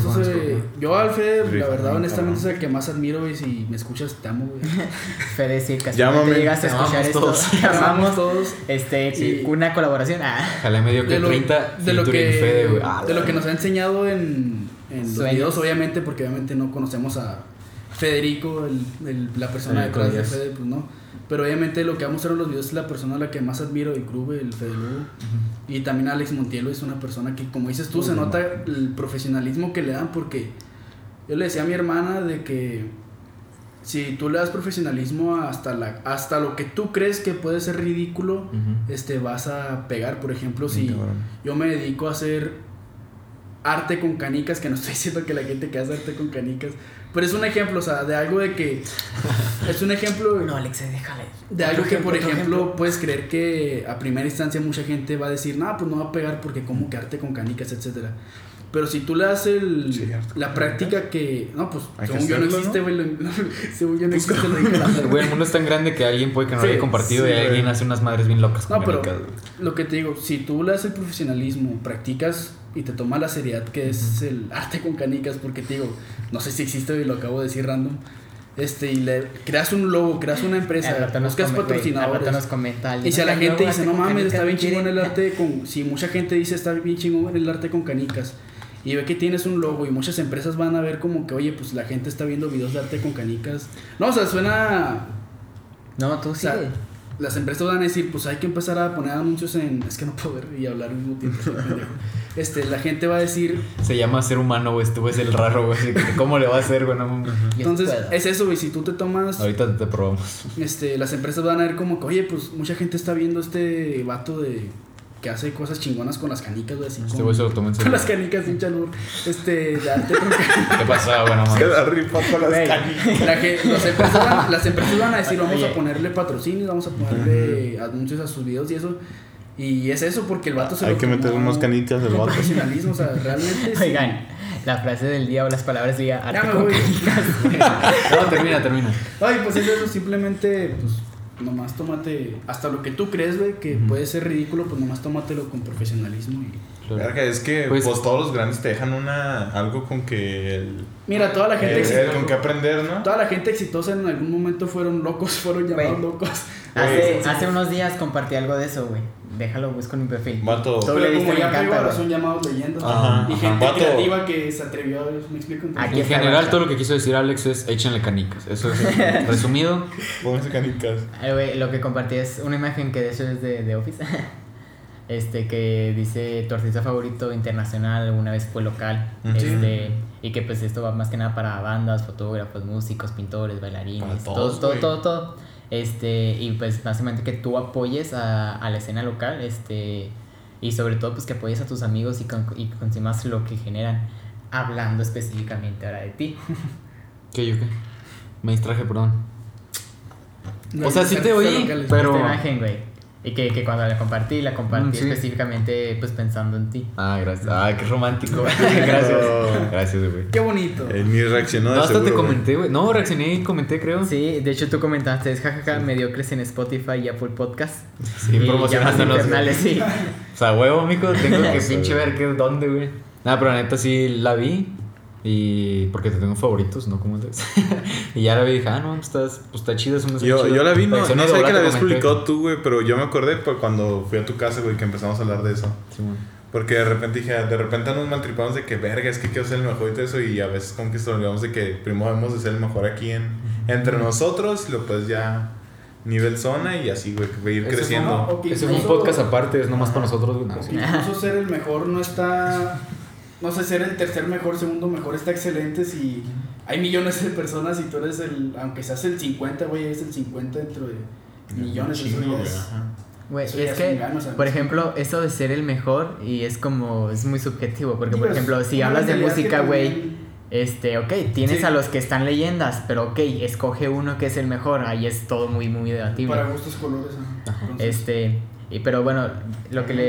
yo al Fede, la verdad, honestamente, es el que más admiro, güey. Si me escuchas, te amo, güey. Fede, si casualmente llegas a escuchar esto, te amamos todos. Una colaboración. Ojalá medio que 30 de lo que Fede, güey. De lo que nos ha enseñado en los videos, obviamente, porque obviamente no conocemos a Federico, la persona detrás de Fede, pues no. Pero obviamente lo que vamos a ver en los videos es la persona a la que más admiro del club, el Fede Lugo. Y también Alex Montielo es una persona que, como dices tú, se nota el profesionalismo que le dan, porque yo le decía a mi hermana de que si tú le das profesionalismo hasta lo que tú crees que puede ser ridículo, vas a pegar. Por ejemplo, si yo me dedico a hacer arte con canicas, que no estoy diciendo que la gente que hace arte con canicas, pero es un ejemplo, o sea, de algo de que es un ejemplo. No, Alex, déjale. De algo que, por ejemplo, puedes creer que a primera instancia mucha gente va a decir, no, pues no va a pegar porque como que arte con canicas, etcétera. Pero si tú le das la práctica que... No, pues según yo no existe, güey. Según yo no existe. Güey, el mundo es tan grande que alguien puede que no lo haya compartido y alguien hace unas madres bien locas con canicas. Pero lo que te digo, si tú le das el profesionalismo, practicas y te tomas la seriedad que es el arte con canicas, porque te digo, no sé si existe y lo acabo de decir random, y le creas un logo, creas una empresa, buscas patrocinadores, y si a la gente dice, no mames, está bien chingón el arte si mucha gente dice, está bien chingón el arte con canicas, y ve que tienes un logo y muchas empresas van a ver como que, oye, pues la gente está viendo videos de arte con canicas. No, o sea, suena... No, tú sí. Las empresas van a decir, pues hay que empezar a poner anuncios es que no puedo ver y hablar al mismo tiempo. La gente va a decir... Se llama ser humano, güey, tú ves el raro, güey. ¿Cómo le va a hacer, güey? No, entonces, es eso, güey, si tú te tomas... Ahorita te probamos. Las empresas van a ver como que, oye, pues mucha gente está viendo este vato que hace cosas chingonas con las canicas, güey, así güey se lo tomó en serio. Con las canicas, sin chalur, de arte con canicas. ¿Qué pasaba, bueno, man? Se la rifa con las canicas. Las empresas van a decir, vamos a ponerle patrocinios, vamos a ponerle anuncios a sus videos y eso. Y es eso, porque el vato hay que meter unas canicas del vato. Profesionalismo, o sea, realmente sí. Oigan, la frase del día o las palabras del día, arte con canicas. No, termina. Ay, pues es eso, simplemente, pues... Nomás tómate, hasta lo que tú crees, güey, que puede ser ridículo, pues nomás tómatelo con profesionalismo. Es que pues todos los grandes te dejan algo con que mira, toda la gente exitosa, con que aprender, ¿no? Toda la gente exitosa en algún momento fueron llamados locos. Hace unos días compartí algo de eso, güey. Déjalo, busco en mi perfil. Vato. Pero como ya pegó, son llamados leyendas. Y gente creativa que se atrevió a ver, ¿me explico? Aquí en general todo lo que quiso decir Alex es échenle canicas. Eso es resumido. Pónganse canicas. Lo que compartí es una imagen que de hecho es de Office. Que dice tu artista favorito internacional alguna vez fue local. Y que pues esto va más que nada para bandas, fotógrafos, músicos, pintores, bailarines, todo. Y pues básicamente que tú apoyes a la escena local, y sobre todo pues que apoyes a tus amigos y consumas lo que generan, hablando específicamente ahora de ti. ¿Qué? Me distraje, perdón. O sea, sí te oí, pero... Esta imagen, güey. Y que cuando la compartí específicamente pues pensando en ti. Gracias. Qué romántico. Gracias, güey. Qué bonito. Ni reaccionó. No, hasta te comenté, güey. No, reaccioné y comenté, creo. Sí, de hecho tú comentaste, jajaja, mediocres en Spotify y Apple Podcast. Sí, promocionándonos. Sí. O sea, huevo, mico, tengo que pinche ver dónde, güey. Nada, pero la neta sí la vi. Y porque te tengo favoritos, ¿no? ¿Cómo es? Y ya la vi y dije, no, pues está chido. Yo la vi, no sé que la habías publicado tú, güey. Pero yo me acordé cuando fui a tu casa, güey, que empezamos a hablar de eso. Sí, man. Porque de repente dije, de repente nos maltripamos de que verga, es que quiero ser el mejor y todo eso. Y a veces como que nos olvidamos de que primero debemos de ser el mejor aquí entre nosotros. Y después ya nivel zona y así, güey, ir creciendo. Ese es un podcast aparte, es nomás para nosotros, güey. Incluso ser el mejor no está... No sé, ser el tercer mejor, segundo mejor está excelente si hay millones de personas y tú eres aunque seas el 50, güey, es el 50 dentro de millones de personas. Güey, es que, por ejemplo, eso de ser el mejor y es muy subjetivo, porque por ejemplo, si hablas de música, güey, ok, tienes a los que están leyendas, pero ok, escoge uno que es el mejor, ahí es todo muy, muy debatible. Para gustos colores, pero bueno, lo que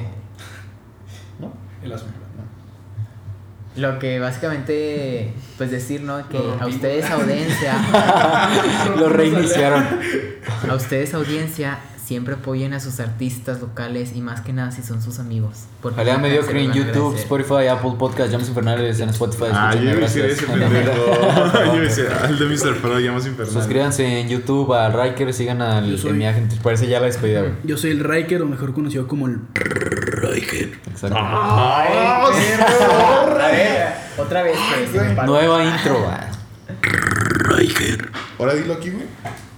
¿no? El azul. Lo que básicamente, pues decir, ¿no? Que a ustedes audiencia... Lo reiniciaron. A ustedes audiencia siempre apoyen a sus artistas locales y más que nada si son sus amigos. Jalea Mediocre en YouTube, Spotify, Apple Podcast, Llamas Infernales en Spotify. Yo iba a decir ese pendejo. Yo iba a decir al de Mr. Pro, Llamas Infernales. Suscríbanse en YouTube al Riker, sigan al mi agente. Parece ya la despedida, güey. Yo soy el Riker, o mejor conocido como el Riker. Exacto. A ver, otra vez, pues. Nueva intro, Riker. Ahora dilo aquí, güey.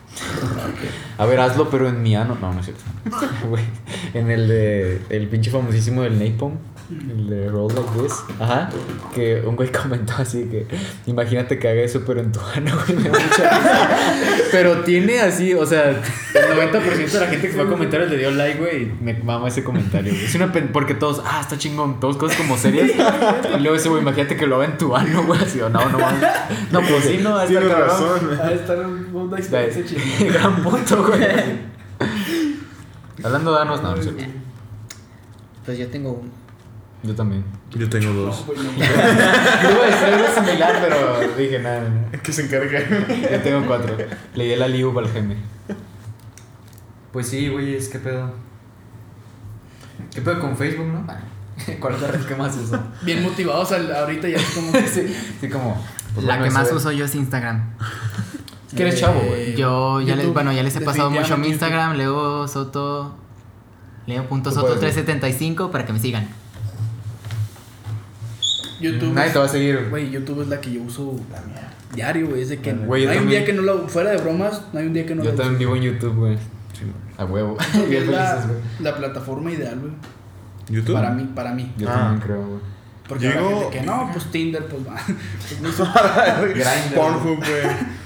A ver, hazlo, pero en mi ano. No, no es cierto. Güey, en el pinche famosísimo del Napalm. El de Roll Like This. Ajá. Que un güey comentó así que imagínate que haga eso, pero en tu ano, güey. Me da mucha risa. Pero tiene así, o sea, el 90% de la gente que fue a comentar le dio like, güey. Me mama ese comentario, güey. Es una porque todos, está chingón. Todos cosas como serias. Y luego ese güey, imagínate que lo haga en tu ano, güey. Así o no, pues sí, no. Tienes razón. A estar una experiencia chingona. Gran punto, güey. Hablando de anos, no es cierto. Pues yo tengo uno. Yo también. Yo tengo dos. Yo iba a decir algo similar, pero dije nada. Que se encarga. Yo tengo 4. Le di la liu al geme. Pues sí, güey, ¿qué pedo? ¿Qué pedo con Facebook, no? ¿Cuál es la red que más uso? Bien motivados ahorita ya es como que sí, como... Pues la que más uso yo es Instagram. Es que eres chavo, güey. Yo ya les he pasado mucho mi Instagram, Leo Soto... Leo.soto375 para que me sigan. YouTube. Nadie te va a seguir. Güey, YouTube es la que yo uso diario, güey. Es de que güey, no hay un día que no lo... Fuera de bromas, no hay un día que no lo Yo también vivo en YouTube, güey. Sí, a huevo. Es la plataforma ideal, güey. ¿YouTube? Para mí. Yo también creo, güey. Porque la gente que no, pues Tinder, pues va. Grindr. Pornhub, güey.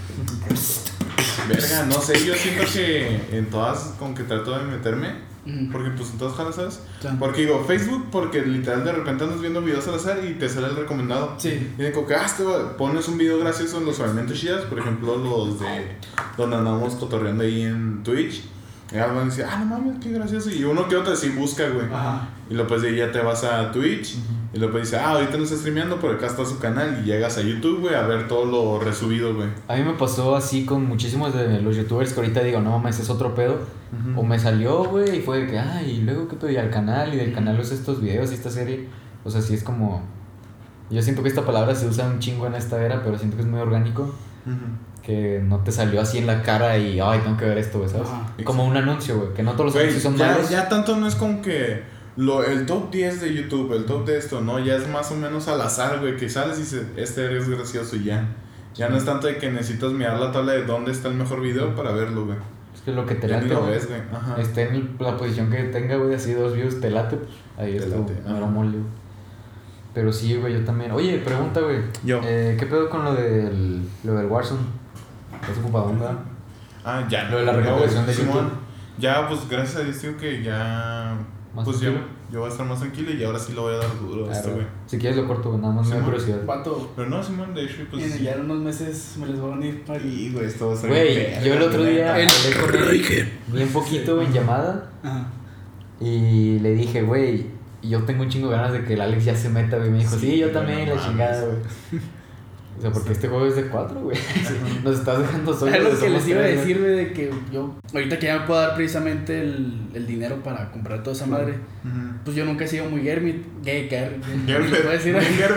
Verga, no sé, yo siento que en todas, como que trato de meterme. Porque pues en todas jalas, ¿sabes? Sí. Porque digo, Facebook, porque literal de repente andas viendo videos al azar y te sale el recomendado. Sí. Y digo que pones un video gracioso en los fragmentos chidas, por ejemplo los de donde andamos cotorreando ahí en Twitch. Y alguien dice, no mames, qué gracioso. Y uno que otro sí busca, güey. Ajá. Y después de ahí ya te vas a Twitch. Y después dice, ahorita no está streameando, pero acá está su canal. Y llegas a YouTube, güey, a ver todo lo resubido, güey. A mí me pasó así con muchísimos de los youtubers que ahorita digo, no mames, es otro pedo. O me salió, güey, y fue de que, y luego que pedo, y al canal, y del canal los estos videos y esta serie. O sea, sí es como... Yo siento que esta palabra se usa un chingo en esta era, pero siento que es muy orgánico. Que no te salió así en la cara y, tengo que ver esto, güey, ¿sabes? Como un anuncio, güey, que no todos los anuncios son malos. Ya tanto no es como que el top 10 de YouTube, el top de esto, ¿no? Ya es más o menos al azar, güey, que sales y dices, este es gracioso y ya. Ya no es tanto de que necesitas mirar la tabla de dónde está el mejor video para verlo, güey. Es que lo que te late, güey, esté en la posición que tenga, güey, así 2 views, te late, pues ahí está, no mole, güey. Pero sí, güey, yo también. Oye, pregunta, güey. ¿Qué pedo con lo del Warzone? ¿Estás ocupado, verdad? Ya. Lo de la recopilación de Simón. YouTube. Ya, pues gracias a Dios, digo que ya... ¿Más pues tranquilo? yo voy a estar más tranquilo y ahora sí lo voy a dar duro a esto, güey. Si quieres lo corto, güey, nada más me da curiosidad. ¿Cuánto? Pero no, Simón, de hecho, pues... Ya en unos meses me les va a venir. Y, güey, esto va a ser... Güey, yo el otro día hablé con él bien poquito en llamada. Ajá. Y le dije, güey, yo tengo un chingo de ganas de que el Alex ya se meta, güey. Me dijo, sí, yo también, la chingada, güey. O sea, porque este juego es de 4, güey. Nos estás dejando solos. Es lo que les iba a decir, güey, de que yo, ahorita que ya me puedo dar precisamente el dinero para comprar toda esa madre, pues yo nunca he sido muy Gerber. ¿Puedo decir?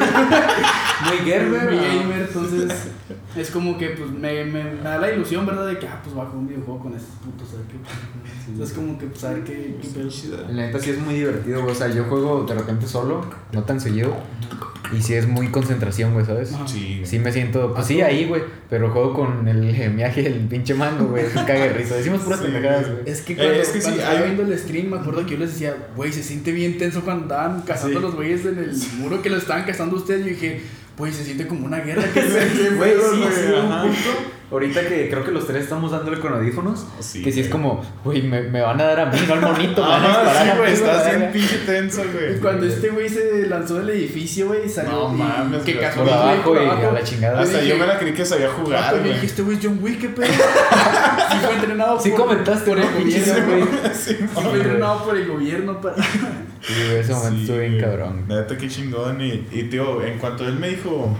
Muy Gerber. Muy gamer, entonces es como que pues me da la ilusión, ¿verdad? De que, pues va a jugar un videojuego con estos putos, ¿sabes qué? Entonces es como que, pues, a ver qué pedo. La neta sí es muy divertido, güey. O sea, yo juego de repente solo, no tan seguido. Y sí es muy concentración, güey, ¿sabes? Sí. Sí me siento, pues sí, ahí, güey. Pero juego con el viaje, el pinche mango, güey. Es un cague de risa. Decimos puras pendejadas, güey. Es que cuando estaba viendo el stream, me acuerdo que yo les decía, güey, se siente bien tenso cuando estaban cazando a los güeyes en el muro que lo estaban cazando ustedes. Yo dije, güey, se siente como una guerra. Güey, sí, un punto. Ahorita que creo que los tres estamos dándole con audífonos, que sí es como, güey, me van a dar a mí, no al monito, me van a disparar. Sí, güey, estás bien pinche tenso, güey. Y cuando este güey se lanzó del edificio, güey, salió. No mames, que cazó por abajo, güey, a la chingada. Hasta yo me la creí que sabía jugar, güey. güey. Dije, este güey es John Wick, qué pedo. Sí fue entrenado sí comentaste por el gobierno, güey. Sí, fue entrenado por el gobierno para... Sí, güey, ese momento estuvo bien cabrón. Neta, qué chingón. Y tío, en cuanto él me dijo,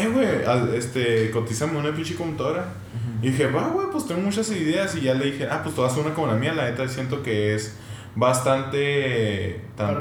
güey, cotízame una pinche computadora. Y dije, va, güey, pues tengo muchas ideas. Y ya le dije, pues tú haces una como la mía. La neta, siento que es bastante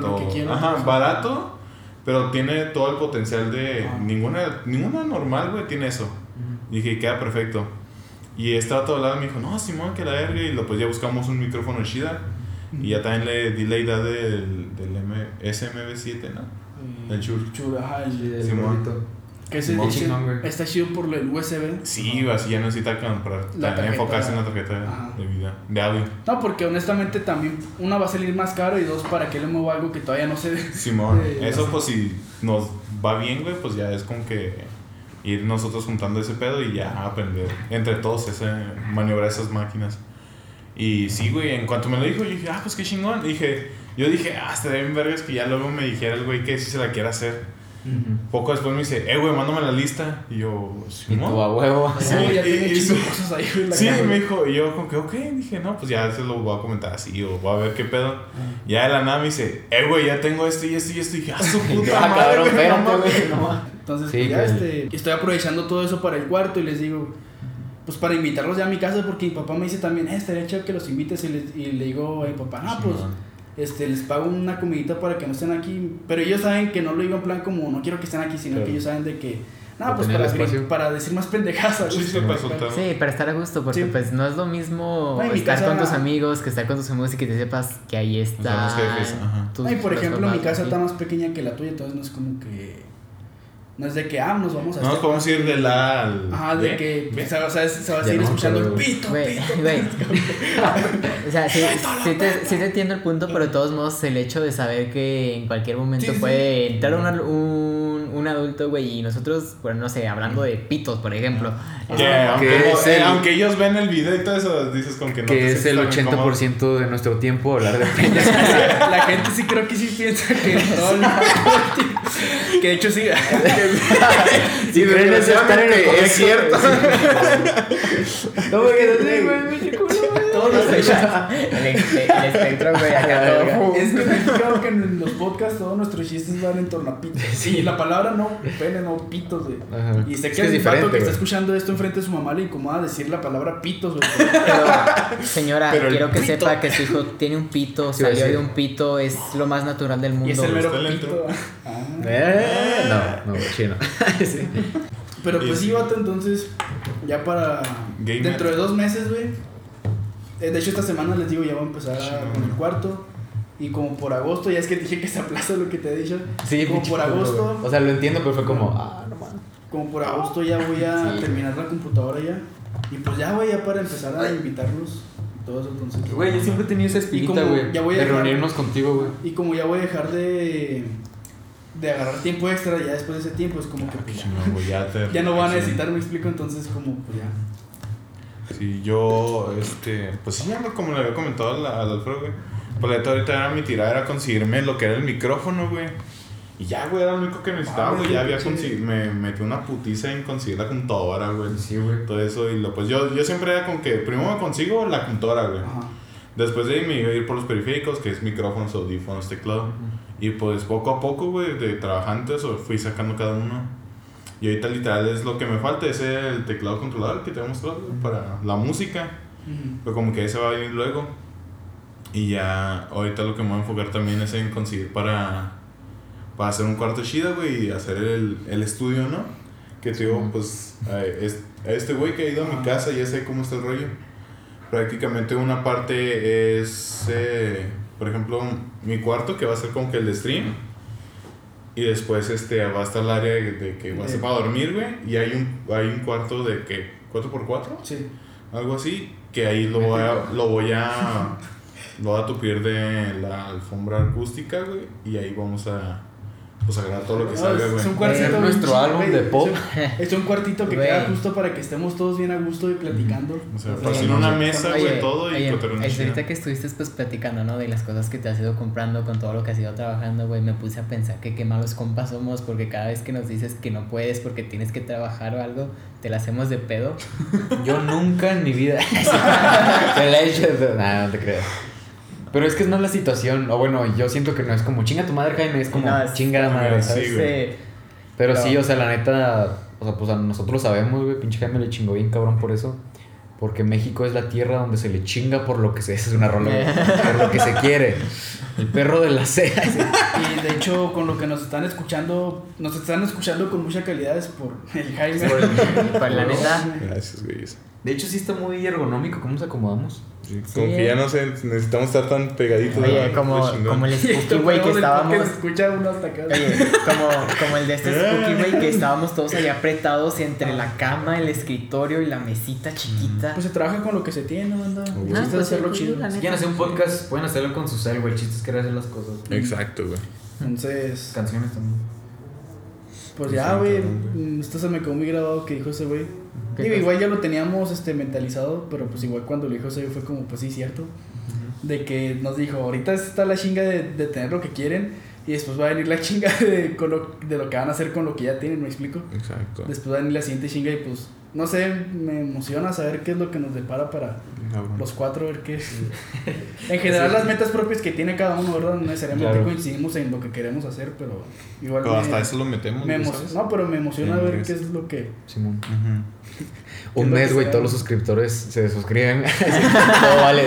barato, pero tiene todo el potencial de ninguna normal, güey, tiene eso. Y dije, queda perfecto. Y estaba todo al lado y me dijo, no, Simón, que la verga. Y pues ya buscamos un micrófono Shida. Y ya también le di la idea del SMB7, ¿no? El Shure. El Simón. Que ese está chido por el USB. Sí, así ya necesita comprar, enfocarse en la tarjeta de audio. No, porque honestamente también una va a salir más caro y dos, ¿para qué le muevo algo que todavía no sé? Simón, eso pues si nos va bien, güey, pues ya es como que ir nosotros juntando ese pedo y ya aprender entre todos maniobrar esas máquinas. Y sí, güey, en cuanto me lo dijo, yo dije, pues qué chingón. Yo dije, estaría bien vergas que ya luego me dijera el güey que sí se la quiere hacer. Poco después me dice, güey, mándame la lista. Y yo, ¿y tú a huevo? Sí, ya tiene cosas ahí, güey. Sí, me dijo, y yo como que, ok, dije, no, pues ya se lo voy a comentar así, o voy a ver qué pedo. Ya de la nada me dice, güey, ya tengo esto y esto y esto. Y dije, su puta madre, cabrón, espérate, güey. Entonces, sí, pues ya estoy aprovechando todo eso para el cuarto y les digo, pues para invitarlos ya a mi casa, porque mi papá me dice también, estaría chido que los invites. Y le digo a mi papá, pues les pago una comidita para que no estén aquí. Pero ellos saben que no lo digo en plan como no quiero que estén aquí, sino que ellos saben de que pues para decir más pendejadas. Sí, para estar a gusto, porque pues no es lo mismo estar con tus amigos que estar con tus amigos y que te sepas que ahí está. Y por ejemplo, mi casa está más pequeña que la tuya, entonces no es como que no es de que nos vamos a no nos podemos ir de la al... de que se va a seguir escuchando el pito, güey. O sea, sí te entiendo el punto, pero de todos modos el hecho de saber que en cualquier momento puede entrar un adulto, güey, y nosotros, bueno, no sé, hablando de pitos, por ejemplo. Aunque ellos ven el video y todo eso, dices con que no. Que es el 80% de nuestro tiempo hablar de peñas. La gente sí creo que sí piensa que que de hecho sí. Si creen eso es cierto. No, porque no sé, güey, todos los el espectro, güey, acá todo. Es que creo que en los podcasts todos nuestros chistes van en torno a pitos. Sí, la palabra no pene, no pitos, güey. Y sé que el vato que está escuchando esto enfrente de su mamá le incomoda decir la palabra pitos, güey. Señora, quiero que sepa que su hijo tiene un pito, salió de un pito, es lo más natural del mundo. Y es el mero pito. No, chino. Sí. Pero pues sí, vato, entonces, ya para dentro de 2 meses, güey. De hecho, esta semana les digo, ya voy a empezar con el cuarto. Y como por agosto, ya es que dije que se aplaza lo que te he dicho. Sí, como por agosto. O sea, lo entiendo, pero fue como, no mames. Como por agosto ya voy a terminar la computadora ya. Y pues ya, güey, ya para empezar a invitarlos. Todo eso, entonces. Güey, yo siempre he tenido esa espinita, güey. De reunirnos contigo, güey. Y como ya voy a dejar de agarrar tiempo extra, ya después de ese tiempo es como que pues, ya no van a necesitar, me explico, entonces como pues ya. Sí, yo, pues sí, como le había comentado al Alfredo, güey. Pues ahorita era mi tirada, era conseguirme lo que era el micrófono, güey. Y ya, güey, era lo único que necesitaba, güey. Ya había me metí una putiza en conseguir la computadora, güey. Sí, güey. Todo eso, y pues yo siempre era con que primero me consigo la computadora, güey. Ajá. Después de ahí me iba a ir por los periféricos, que es micrófonos, audífonos, teclado. Y pues poco a poco, güey, de trabajando eso, fui sacando cada uno. Y ahorita literal es lo que me falta, es el teclado controlador que te voy a mostrar, güey, para la música. Pero como que ese va a venir luego. Y ya ahorita lo que me voy a enfocar también es en conseguir para hacer un cuarto chida, güey, y hacer el estudio, ¿no? Que te digo, pues, a este güey que ha ido a mi casa, ya sé cómo está el rollo. Prácticamente una parte es, por ejemplo, mi cuarto, que va a ser como que el de stream. Y después va a estar el área de que va a ser para dormir, güey. Y hay un cuarto de que 4x4. Sí. Algo así. Que ahí lo voy a tupir de la alfombra acústica, güey. Y ahí vamos a grabar todo lo que salga, güey. Es un cuartito, nuestro álbum de pop. Es un cuartito que queda justo para que estemos todos bien a gusto y platicando. O sea, pues en una mesa, güey, todo y ahorita que estuviste pues platicando, ¿no? De las cosas que te has ido comprando con todo lo que has ido trabajando, güey, me puse a pensar que qué malos compas somos porque cada vez que nos dices que no puedes porque tienes que trabajar o algo, te la hacemos de pedo. Yo nunca en mi vida te la he hecho de... Nah, no te creas. Pero es que es más la situación, o bueno, yo siento que no es como chinga tu madre, Jaime, es como chinga madre, ¿sabes? Sí, pero sí, o sea, la neta, o sea, pues a nosotros sabemos, güey, pinche Jaime le chingó bien cabrón por eso. Porque México es la tierra donde se le chinga por lo que se... Esa es una rola, güey, por lo que se quiere. El perro de la cera. Y de hecho, con lo que nos están escuchando con mucha calidad es por el Jaime. Por la neta. Gracias, güey. De hecho, sí está muy ergonómico cómo nos acomodamos. Sí, como que ya no sé, necesitamos estar tan pegaditos. Oye, como el Spooky, güey, que estábamos... Se escucha uno hasta acá. Oye, como el de este Spooky, güey, que estábamos todos ahí apretados entre la cama, el escritorio y la mesita chiquita. Pues se trabaja con lo que se tiene, banda. Pues hacerlo chido. Si quieren hacer un podcast, pueden hacerlo con su cel, güey. El chiste es querer hacer las cosas. Exacto, güey. Entonces, Canciones también. pues ya, güey, esto se me quedó muy grabado que dijo ese güey. Digo, igual ya lo teníamos mentalizado, pero pues igual cuando lo dijo ese güey fue como, pues sí, cierto. De que nos dijo, ahorita está la chinga de tener lo que quieren y después va a venir la chinga de lo que van a hacer con lo que ya tienen, ¿me explico? Exacto. Después va a venir la siguiente chinga y pues, no sé, me emociona saber qué es lo que nos depara para los cuatro, ver qué es. En general las metas propias que tiene cada uno, ¿verdad? No necesariamente coincidimos en lo que queremos hacer, pero igual pero hasta eso lo metemos, no, pero me emociona ver qué es lo que... Simón. Un mes, güey, todos los suscriptores se suscriben. Todo vale,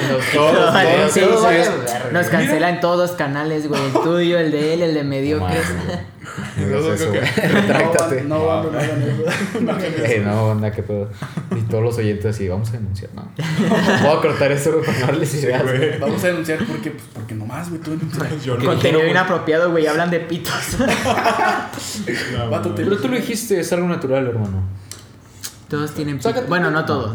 nos cancelan todos los canales, güey. El tuyo, el de él, el de Mediocres. Retráctate. No, onda, qué pedo. Y todos los oyentes así, vamos a denunciar. No. Voy a cortar eso, güey, para no darles ideas. Vamos a denunciar porque nomás, güey, tú denuncias. Contenido inapropiado, güey, hablan de pitos. Pero tú lo dijiste, es algo natural, hermano. Todos tienen pitos. Bueno, no todos.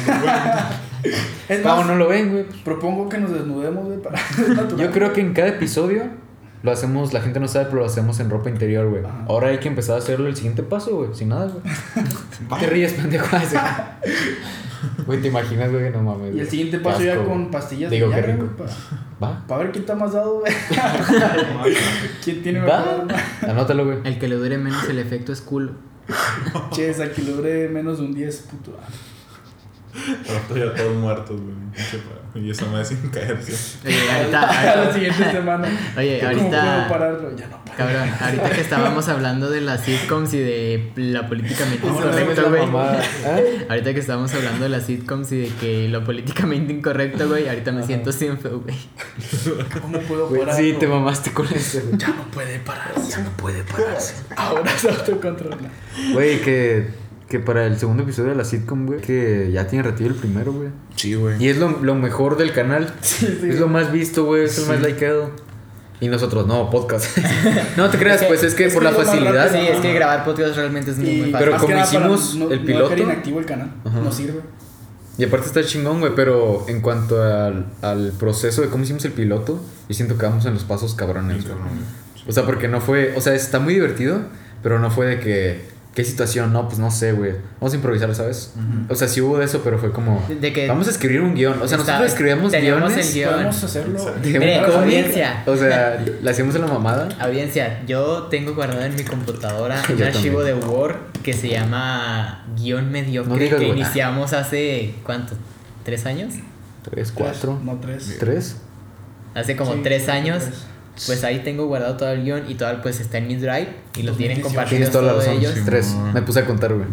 Es más, no lo ven, güey. Propongo que nos desnudemos, güey, para... Yo creo que en cada episodio lo hacemos, la gente no sabe, pero lo hacemos en ropa interior, güey. Ahora hay que empezar a hacerlo el siguiente paso, güey. Sin nada, güey. Te ríes, pendejo. Güey, te imaginas, güey, no mames. Y el siguiente paso ya con pastillas. Digo, qué rico. Para ver quién está más dado, güey. ¿Quién tiene mejor? Anótalo, güey. El que le dure menos el efecto es culo. Che, esa que le dure menos de un 10, puto. Pronto ya todos muertos, güey. Y esa madre sin caerse. Oye, ahorita la siguiente semana. Oye, ahorita. ¿Cómo puedo pararlo? Ya no. Cabrón, ahorita que estábamos hablando de las sitcoms y de la políticamente incorrecto, güey. Ahorita que estábamos hablando de las sitcoms y de que lo políticamente incorrecto, güey. Ahorita me siento sin feo, güey. ¿Cómo puedo pararlo? Sí, te mamaste con eso. Ya no puede pararse. Ahora se autocontrola. Güey, que para el segundo episodio de la sitcom, güey, que ya tiene retiro el primero, güey. Sí, güey. Y es lo mejor del canal. Sí. Es lo más visto, güey, es el más likeado. Y nosotros, no, podcast. No te creas, pues es que por la facilidad. Sí, es que grabar podcast realmente es muy fácil. Pero como hicimos el piloto. No inactivo el canal, no sirve. Y aparte está chingón, güey, pero en cuanto al proceso de cómo hicimos el piloto, yo siento que vamos en los pasos cabrones, güey. O sea, porque no fue, o sea, está muy divertido, pero no fue de que... ¿Qué situación? No, pues no sé, güey. Vamos a improvisar, ¿sabes? O sea, sí hubo de eso, pero fue como... De que vamos a escribir un guión. O sea, nosotros escribíamos guiones. Podemos hacerlo. Audiencia. O sea, le hacíamos a la mamada. Audiencia, yo tengo guardado en mi computadora un archivo de Word que se llama Guión Mediocre, no digas, que iniciamos hace, ¿cuánto? ¿3 años? 3, 4. No, 3. 3. Hace como 3 años. pues ahí tengo guardado todo el guión y todo pues está en mi drive y lo tienen compartido toda la todos razón. ellos. 3, me puse a contar, güey.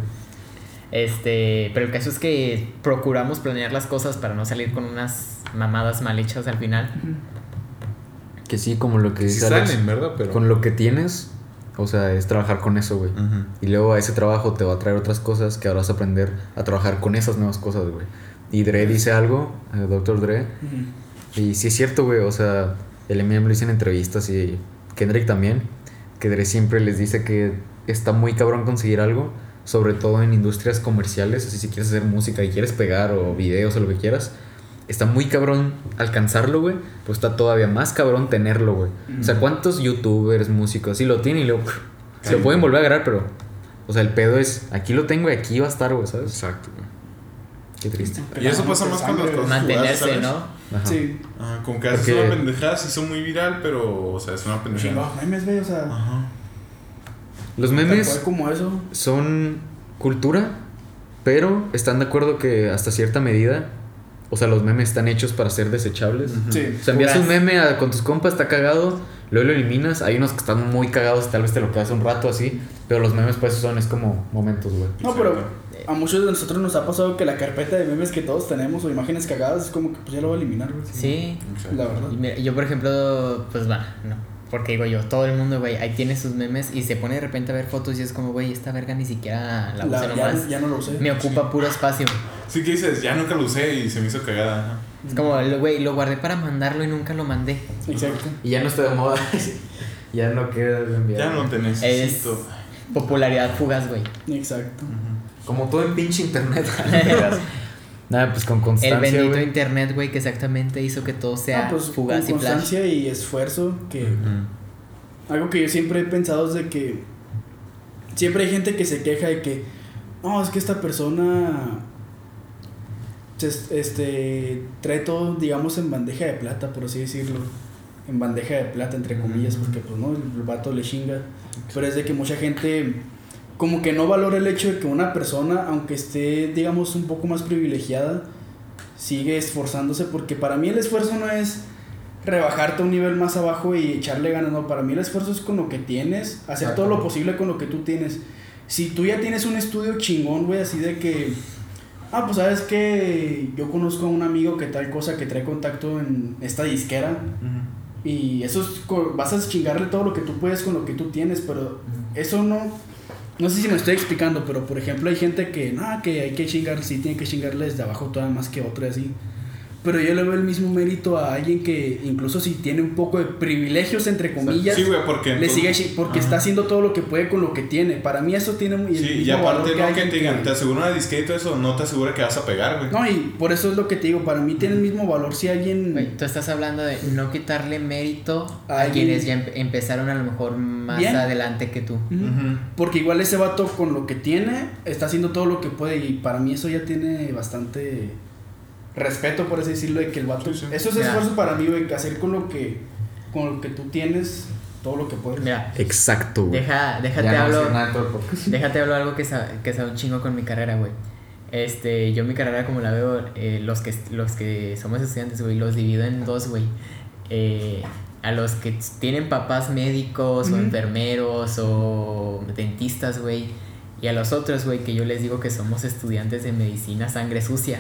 Pero el caso es que procuramos planear las cosas para no salir con unas mamadas mal hechas al final. Que sí, como lo que dice salen, Alex, ¿verdad? Pero... con lo que tienes, o sea, es trabajar con eso, güey. Y luego a ese trabajo te va a traer otras cosas que ahora vas a aprender a trabajar con esas nuevas cosas, güey. Y Dre dice algo, el Dr. Dre, y sí es cierto, güey, o sea, el Eminem lo dice en entrevistas y Kendrick también, que Dre siempre les dice que está muy cabrón conseguir algo, sobre todo en industrias comerciales, así si quieres hacer música y quieres pegar o videos o lo que quieras, está muy cabrón alcanzarlo, güey, pues está todavía más cabrón tenerlo, güey. O sea, ¿cuántos youtubers, músicos, sí lo tienen y luego se lo pueden volver a agarrar, pero, o sea, el pedo es, aquí lo tengo y aquí va a estar, güey, ¿sabes? Exacto, güey. Qué triste. Y eso pasa más con las cosas mantenerse, jugadas, ¿sabes? ¿no? Ajá. Sí. Como que haces una pendejada, se hizo muy viral, pero, o sea, es una pendejada. Los memes, güey, o sea. Ajá. Los memes Fue como eso. son cultura, pero están de acuerdo que hasta cierta medida, o sea, los memes están hechos para ser desechables. Sí. O sea, envías un meme con tus compas, está cagado, luego lo eliminas. Hay unos que están muy cagados, tal vez te lo quedas un rato así, pero los memes pues es como momentos, güey. No, pero a muchos de nosotros nos ha pasado que la carpeta de memes que todos tenemos o imágenes cagadas es como que pues ya lo voy a eliminar, güey. Sí. La verdad. Y mira, yo por ejemplo, pues va, no. Porque digo yo, todo el mundo, güey, ahí tiene sus memes y se pone de repente a ver fotos y es como, güey, esta verga ni siquiera la usé nomás. Ya no lo usé. Me ocupa puro espacio. Sí, que dices, ya nunca lo usé y se me hizo cagada. Ajá. Es como, güey, lo guardé para mandarlo y nunca lo mandé. Exacto. Y ya no está de moda. Ya no queda de enviar. Ya no te necesito. Es popularidad fugaz, güey. Exacto. Como todo en pinche internet. Nada, pues con constancia, El bendito güey. internet, güey, que exactamente hizo que todo sea Pues, fugaz con y flash. constancia y esfuerzo, que algo que yo siempre he pensado es de que siempre hay gente que se queja de que no, es que esta persona trae todo, digamos, en bandeja de plata, por así decirlo, en bandeja de plata, entre comillas, porque pues no, el vato le chinga, pero es de que mucha gente como que no valora el hecho de que una persona, aunque esté, digamos, un poco más privilegiada, sigue esforzándose, porque para mí el esfuerzo no es rebajarte a un nivel más abajo y echarle ganas, no, para mí el esfuerzo es con lo que tienes, hacer todo lo posible con lo que tú tienes. Si tú ya tienes un estudio chingón, güey, así de que pues sabes que yo conozco a un amigo que tal cosa, que trae contacto en esta disquera, y eso es, vas a chingarle todo lo que tú puedes con lo que tú tienes, pero eso no sé si me estoy explicando, pero por ejemplo hay gente que que hay que chingar, sí tiene que chingarle desde abajo todavía más que otro y así. Pero yo le veo el mismo mérito a alguien que incluso si tiene un poco de privilegios, entre comillas, sí, güey, porque le sigue porque está haciendo todo lo que puede con lo que tiene. Para mí eso tiene muy sí, y aparte no que te digan, te asegura una disqueta y todo eso, no te asegura que vas a pegar, güey. No, y por eso es lo que te digo, para mí tiene el mismo valor si alguien... Güey, tú estás hablando de no quitarle mérito a quienes ya empezaron a lo mejor más bien adelante que tú. Porque igual ese vato con lo que tiene, está haciendo todo lo que puede, y para mí eso ya tiene bastante respeto, por así decirlo, de que el vato... Eso es esfuerzo para mí, güey, hacer con lo que tú tienes todo lo que puedes. Mira, exacto, güey. Déjate hablo algo que sabe un chingo con mi carrera, güey. Yo mi carrera como la veo, los que somos estudiantes, güey, los divido en dos, güey. A los que tienen papás médicos o enfermeros o dentistas, güey. Y a los otros, güey, que yo les digo que somos estudiantes de medicina sangre sucia.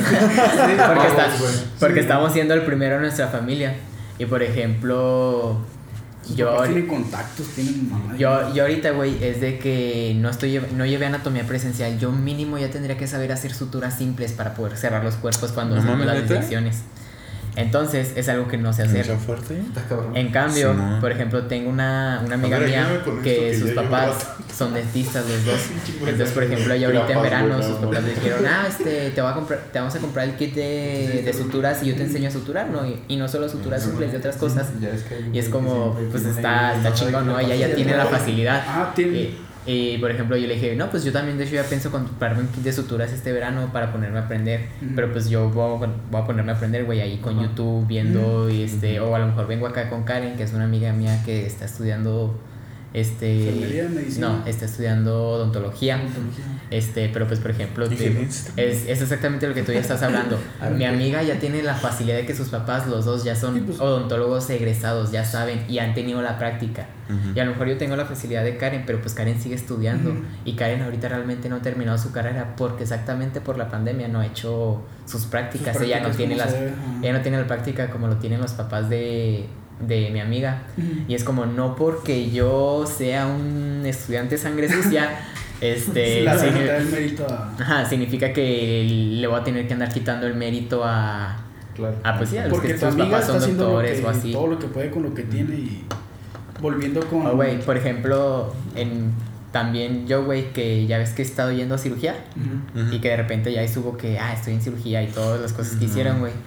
Porque estamos siendo el primero en nuestra familia. Y por ejemplo, tienen contactos, tienen mamá. Yo ahorita, güey, es de que no llevé anatomía presencial. Yo mínimo ya tendría que saber hacer suturas simples para poder cerrar los cuerpos cuando hacemos las disecciones. Entonces es algo que no sé hacer. En cambio, por ejemplo, tengo una amiga mía que sus papás son dentistas los dos. Entonces, por ejemplo, ella ahorita en verano sus papás le dijeron, te vamos a comprar el kit de suturas y yo te enseño a suturar, ¿no? Y no solo suturas simples, de otras cosas. Y es como, pues está chingón, ¿no? Ella ya tiene la facilidad. Y por ejemplo yo le dije, no, pues yo también de hecho ya pienso comprarme un kit de suturas este verano para ponerme a aprender. Pero pues yo voy a ponerme a aprender, güey, ahí con YouTube viendo y o a lo mejor vengo acá con Karen, que es una amiga mía que está estudiando Enfermería, medicina. No, está estudiando odontología. Pero pues por ejemplo es exactamente lo que tú ya estás hablando. Mi amiga ya tiene la facilidad de que sus papás, los dos, ya son odontólogos egresados, ya saben y han tenido la práctica. Y a lo mejor yo tengo la facilidad de Karen, pero pues Karen sigue estudiando. Y Karen ahorita realmente no ha terminado su carrera porque exactamente por la pandemia no ha hecho sus prácticas. Ella no tiene la práctica como lo tienen los papás de mi amiga. Y es como, no porque yo sea un estudiante sangre sucia el mérito significa que le voy a tener que andar quitando el mérito a pues sí, a los porque que sus papás son doctores o así, todo lo que puede con lo que tiene. Y volviendo con güey, por ejemplo, también yo, güey, que ya ves que he estado yendo a cirugía y que de repente ya subo que estoy en cirugía y todas las cosas que hicieron, güey.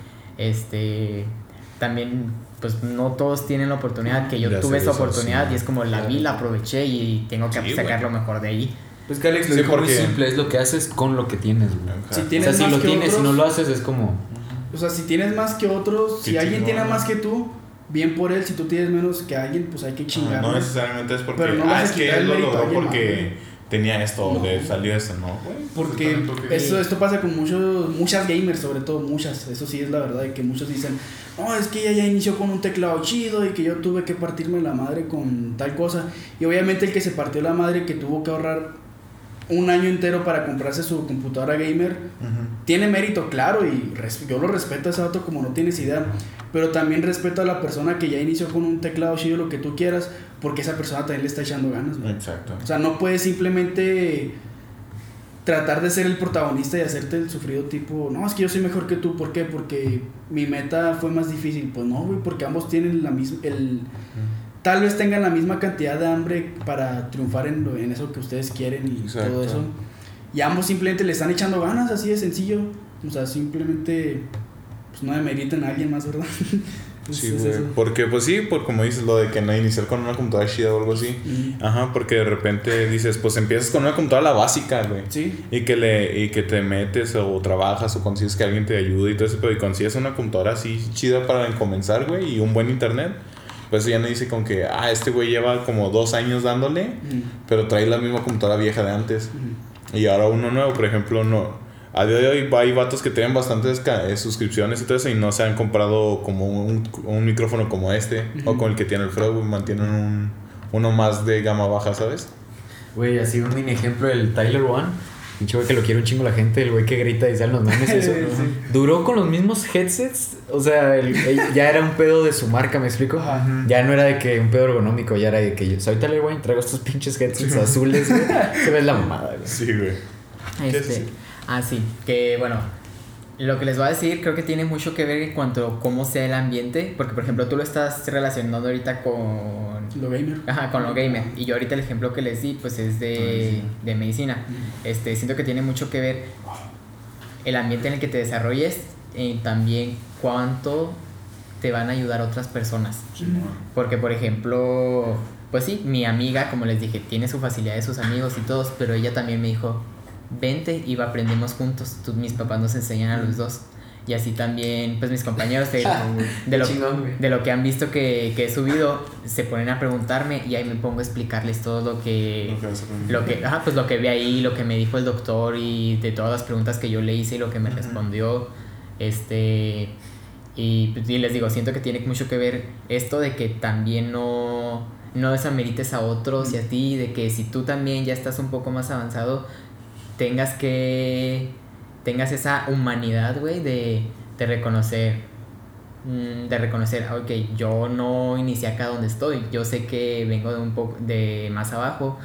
También pues no todos tienen la oportunidad que yo tuve esa oportunidad y es como la vi, la aproveché y tengo que sacar lo mejor de ahí. Pues que Alex lo dijo muy simple, es lo que haces con lo que tienes, güey. Si lo tienes, si no lo haces es como... O sea, si tienes más que otros, si alguien tiene más que tú, bien por él. Si tú tienes menos que alguien, pues hay que chingar. No necesariamente es porque es que él lo logró porque tenía esto, le salió eso, ¿no? Porque esto pasa con muchas gamers, sobre todo muchas. Eso sí es la verdad, de que muchos dicen, no, es que ella ya inició con un teclado chido y que yo tuve que partirme la madre con tal cosa. Y obviamente el que se partió la madre, que tuvo que ahorrar un año entero para comprarse su computadora gamer, tiene mérito, claro, y yo lo respeto a ese vato como no tienes idea, pero también respeto a la persona que ya inició con un teclado chido, lo que tú quieras, porque esa persona también le está echando ganas, ¿no? Exacto. O sea, no puedes simplemente tratar de ser el protagonista y hacerte el sufrido tipo, no, es que yo soy mejor que tú. ¿Por qué? Porque mi meta fue más difícil. Pues no, güey, porque ambos tienen la misma... Tal vez tengan la misma cantidad de hambre para triunfar en eso que ustedes quieren y todo eso. Y ambos simplemente le están echando ganas, así de sencillo. O sea, simplemente pues no demeriten a alguien más, ¿verdad? Sí, güey. Porque, pues sí, como dices, lo de que no iniciar con una computadora chida o algo así. Ajá, porque de repente dices, pues empiezas con una computadora la básica, güey. Sí. Y que te metes o trabajas o consigues que alguien te ayude y todo eso, pero y consigues una computadora así chida para comenzar, güey, y un buen internet. Pues ya no dice con que, este güey lleva como 2 años dándole, pero trae la misma computadora vieja de antes. Y ahora uno nuevo, por ejemplo, no. A día de hoy hay vatos que tienen bastantes suscripciones y todo eso y no se han comprado como un micrófono como este o con el que tiene el Fro, mantienen uno más de gama baja, ¿sabes? Güey, así un mini ejemplo, el Tyler One. Pinche güey que lo quiere un chingo la gente, el güey que grita y salen los memes y eso. Duró con los mismos headsets, o sea, ya era un pedo de su marca, ¿me explico? Ya no era de que un pedo ergonómico, ya era de que yo soy Tyler One y traigo estos pinches headsets azules, güey. Se ve la mamada, güey. Sí, güey. Sí, que bueno, lo que les voy a decir creo que tiene mucho que ver en cuanto a cómo sea el ambiente, porque por ejemplo tú lo estás relacionando ahorita con lo gamer. Con lo gamer. Y yo ahorita el ejemplo que les di pues es de medicina. Siento que tiene mucho que ver el ambiente en el que te desarrolles y también cuánto te van a ayudar otras personas. Porque por ejemplo, pues sí, mi amiga, como les dije, tiene su facilidad de sus amigos y todos, pero ella también me dijo, vente y aprendemos juntos. Mis papás nos enseñan a los dos. Y así también, pues mis compañeros de lo que han visto que he subido, se ponen a preguntarme y ahí me pongo a explicarles todo lo que vi ahí, lo que me dijo el doctor y de todas las preguntas que yo le hice y lo que me respondió. Y les digo, siento que tiene mucho que ver esto de que también no desamerites a otros y a ti, de que si tú también ya estás un poco más avanzado, tengas esa humanidad, güey, de reconocer, ok, yo no inicié acá donde estoy, yo sé que vengo de un poco de más abajo,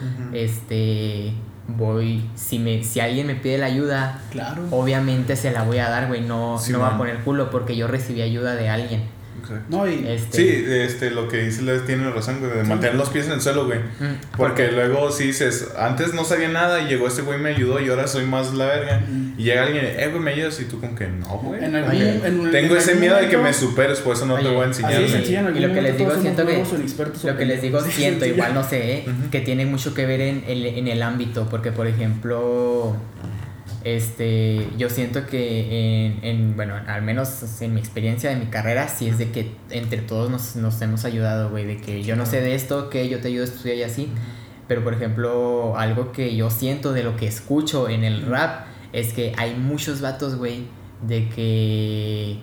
si alguien me pide la ayuda, claro, obviamente se la voy a dar, güey, no va a poner culo porque yo recibí ayuda de alguien. No, y sí, lo que dice Les tiene razón, güey, de mantener los pies en el suelo, güey. Porque luego si dices, antes no sabía nada y llegó este güey, me ayudó y ahora soy más la verga. Y llega alguien, güey, me ayudas y tú como que no, güey. Tengo ese miedo de que me superes, por eso no te voy a enseñar. Y lo que les digo, siento igual no sé, que tiene mucho que ver en el ámbito, porque por ejemplo, yo siento que bueno, al menos en mi experiencia de mi carrera, sí es de que entre todos nos hemos ayudado, güey, de que yo no sé de esto, que yo te ayudo a estudiar y así. Pero, por ejemplo, algo que yo siento de lo que escucho en el rap es que hay muchos vatos, güey, de que...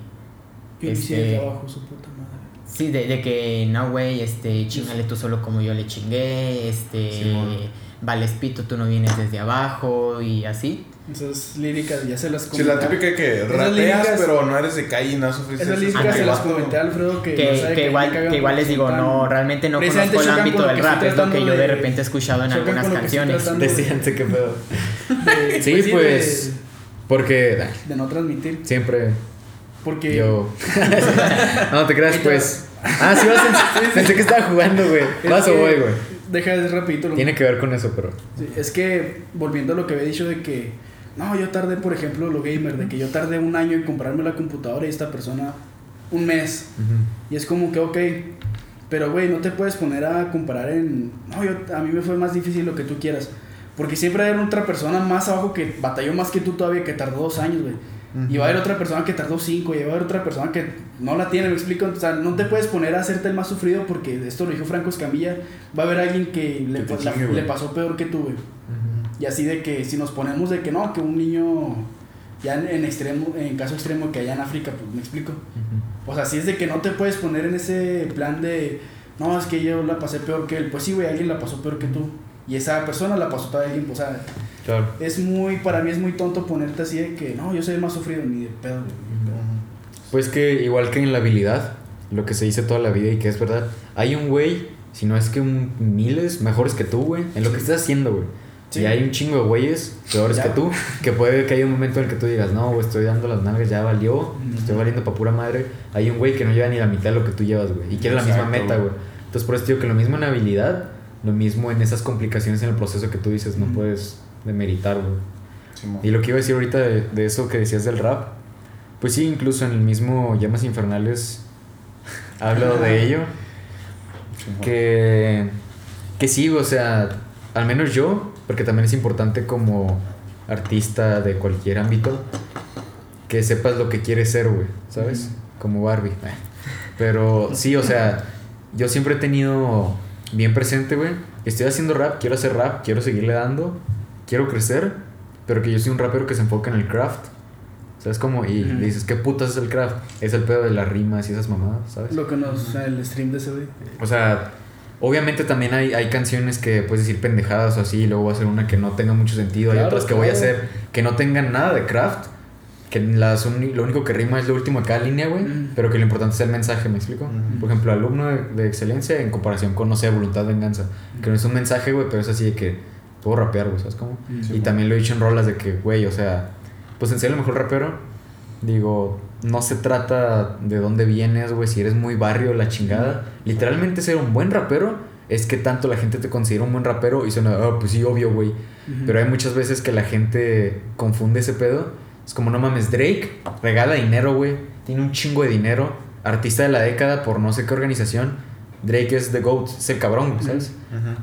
abajo, su puta madre. Sí, de que, no, güey, chíngale tú solo como yo le chingué, vales pito, tú no vienes desde abajo y así. Esas líricas ya se las comenté. Sí, la típica que rapeas, pero no eres de calle y no sufriste. Esas líricas se las comenté a Alfredo que igual les digo, no, realmente no conozco el ámbito del rap, es lo que yo de repente he escuchado en algunas canciones. Decíanse que pedo. Sí, pues, porque... De no transmitir. Siempre... Porque... Yo... No te creas, pues... Sí, pensé que estaba jugando, güey. Vas o voy, güey. Deja de rapidito. Tiene que ver con eso, pero... Sí, es que, volviendo a lo que había dicho de que... No, yo tardé, por ejemplo, lo gamer, de que yo tardé 1 año en comprarme la computadora y esta persona 1 mes. Y es como que, ok, pero, güey, no te puedes poner a comparar en... No, a mí me fue más difícil lo que tú quieras. Porque siempre hay otra persona más abajo que batalló más que tú todavía, que tardó 2 años, güey. Y va a haber otra persona que tardó 5, y va a haber otra persona que no la tiene, me explico. O sea, no te puedes poner a hacerte el más sufrido porque esto lo dijo Franco Escamilla. Va a haber alguien que le pasó peor que tú, güey. Y así de que si nos ponemos de que no, que un niño ya en caso extremo que allá en África, pues me explico. O sea, si es de que no te puedes poner en ese plan de no, es que yo la pasé peor que él. Pues sí, güey, alguien la pasó peor que tú. Y esa persona la pasó todavía alguien, o sea, claro. Para mí es muy tonto ponerte así de que no, yo soy el más sufrido, ni de pedo, güey. Pues que igual que en la habilidad, lo que se dice toda la vida y que es verdad, hay un güey, si no es que miles mejores que tú, güey, en lo que estás haciendo, güey. Sí. Y hay un chingo de güeyes peores que tú, que puede que haya un momento en el que tú digas, no, güey, estoy dando las nalgas, ya valió, estoy valiendo pa' pura madre. Hay un güey que no lleva ni la mitad de lo que tú llevas, güey, y quiere la misma meta, güey. Entonces, por eso digo que lo mismo en habilidad, lo mismo en esas complicaciones en el proceso que tú dices, no puedes demeritar, güey. Sí, y lo que iba a decir ahorita de eso que decías del rap, pues sí, incluso en el mismo Llamas Infernales hablo de ello. Que sí, o sea, al menos yo, porque también es importante como artista de cualquier ámbito, que sepas lo que quieres ser, güey, ¿sabes? Como Barbie. Pero sí, o sea, yo siempre he tenido bien presente, güey, estoy haciendo rap, quiero hacer rap, quiero seguirle dando, quiero crecer, pero que yo soy un rapero que se enfoca en el craft. ¿Sabes cómo? Y le dices, ¿qué putas es el craft? Es el pedo de las rimas y esas mamadas, ¿sabes? Lo que el stream de ese güey. O sea, obviamente también hay canciones que puedes decir pendejadas o así, y luego voy a hacer una que no tenga mucho sentido. Claro, hay otras que voy a hacer que no tengan nada de craft, que lo único que rima es lo último de cada línea, güey, pero que lo importante es el mensaje, ¿me explico? Por ejemplo, alumno de excelencia en comparación con, no sé, voluntad, venganza. Que no es un mensaje, güey, pero es así de que puedo rapear, güey, ¿sabes cómo? Sí, y también lo he dicho en rolas de que, güey, o sea, pues en ser el mejor rapero, digo, no se trata de dónde vienes, güey, si eres muy barrio, la chingada. Literalmente ser un buen rapero es que tanto la gente te considera un buen rapero y suena, pues sí, obvio, güey. Pero hay muchas veces que la gente confunde ese pedo. Es como, no mames, Drake regala dinero, güey, tiene un chingo de dinero, artista de la década por no sé qué organización. Drake es the GOAT, es el cabrón, ¿sabes?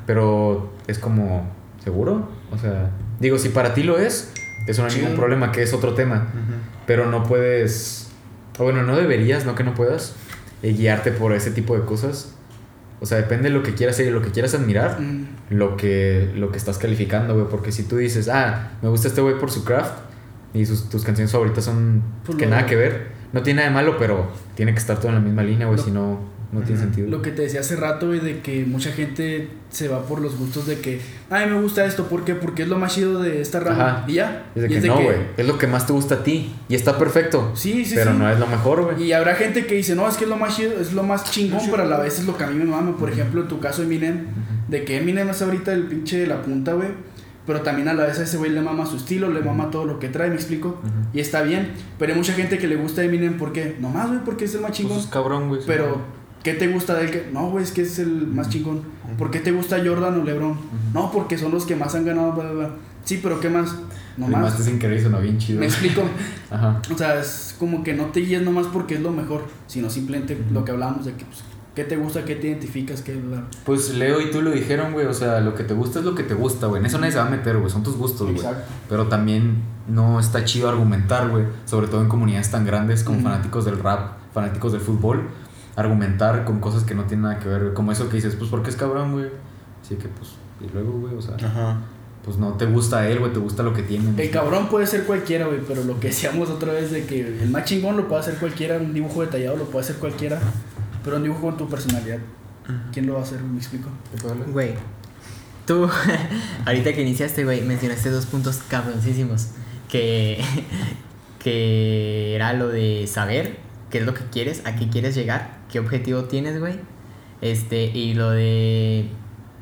Pero es como, ¿seguro? O sea, digo, si para ti lo es, eso no hay ningún problema, que es otro tema. Pero no puedes, o bueno, no deberías, no que no puedas, guiarte por ese tipo de cosas. O sea, depende de lo que quieras hacer y lo que quieras admirar, lo que estás calificando, güey. Porque si tú dices, me gusta este güey por su craft y tus canciones favoritas son que nada que ver, no tiene nada de malo, pero tiene que estar todo en la misma línea, güey, si no... No tiene sentido. Lo que te decía hace rato, güey, de que mucha gente se va por los gustos de que, me gusta esto, ¿por qué? Porque es lo más chido de esta rama. Y ya. Es de que no, güey, es lo que más te gusta a ti. Y está perfecto. Sí. Pero no es lo mejor, güey. Y habrá gente que dice, no, es que es lo más chido, es lo más chingón, pero a la vez es lo que a mí me mama. Por ejemplo, en tu caso, Eminem, de que Eminem es ahorita el pinche de la punta, güey. Pero también a la vez a ese güey le mama su estilo, le mama todo lo que trae, ¿me explico? Y está bien. Pero hay mucha gente que le gusta Eminem, ¿por qué? Nomás, güey, porque es el más chingón. Pues es cabrón, güey. Pero... ¿qué te gusta de él? No, güey, es que es el más chingón. ¿Por qué te gusta Jordan o LeBron? No, porque son los que más han ganado, bla, bla, bla. Sí, pero ¿qué más? No más. Más te dicen que lo hizo bien chido. ¿Me explico? O sea, es como que no te guíes nomás porque es lo mejor, sino simplemente lo que hablábamos de que, pues, ¿Qué te gusta? ¿Qué te identificas? Pues Leo y tú lo dijeron, güey, o sea, lo que te gusta es lo que te gusta, güey. En eso nadie se va a meter, güey, son tus gustos, güey. Exacto. Pero también no está chido argumentar, güey, sobre todo en comunidades tan grandes como fanáticos del rap, fanáticos del fútbol, argumentar con cosas que no tienen nada que ver, güey. Como eso que dices, pues, ¿por qué es cabrón, güey? Así que, pues, y luego, güey, o sea... Ajá. Pues no te gusta él, güey, te gusta lo que tiene. El cabrón puede ser cualquiera, güey, pero lo que decíamos otra vez de que el más chingón lo puede hacer cualquiera, un dibujo detallado lo puede hacer cualquiera, pero un dibujo con tu personalidad, ¿quién lo va a hacer? ¿Me explico? Güey, tú, ahorita que iniciaste, güey, mencionaste 2 puntos cabroncísimos, que era lo de saber qué es lo que quieres, a qué quieres llegar, qué objetivo tienes, güey, y lo de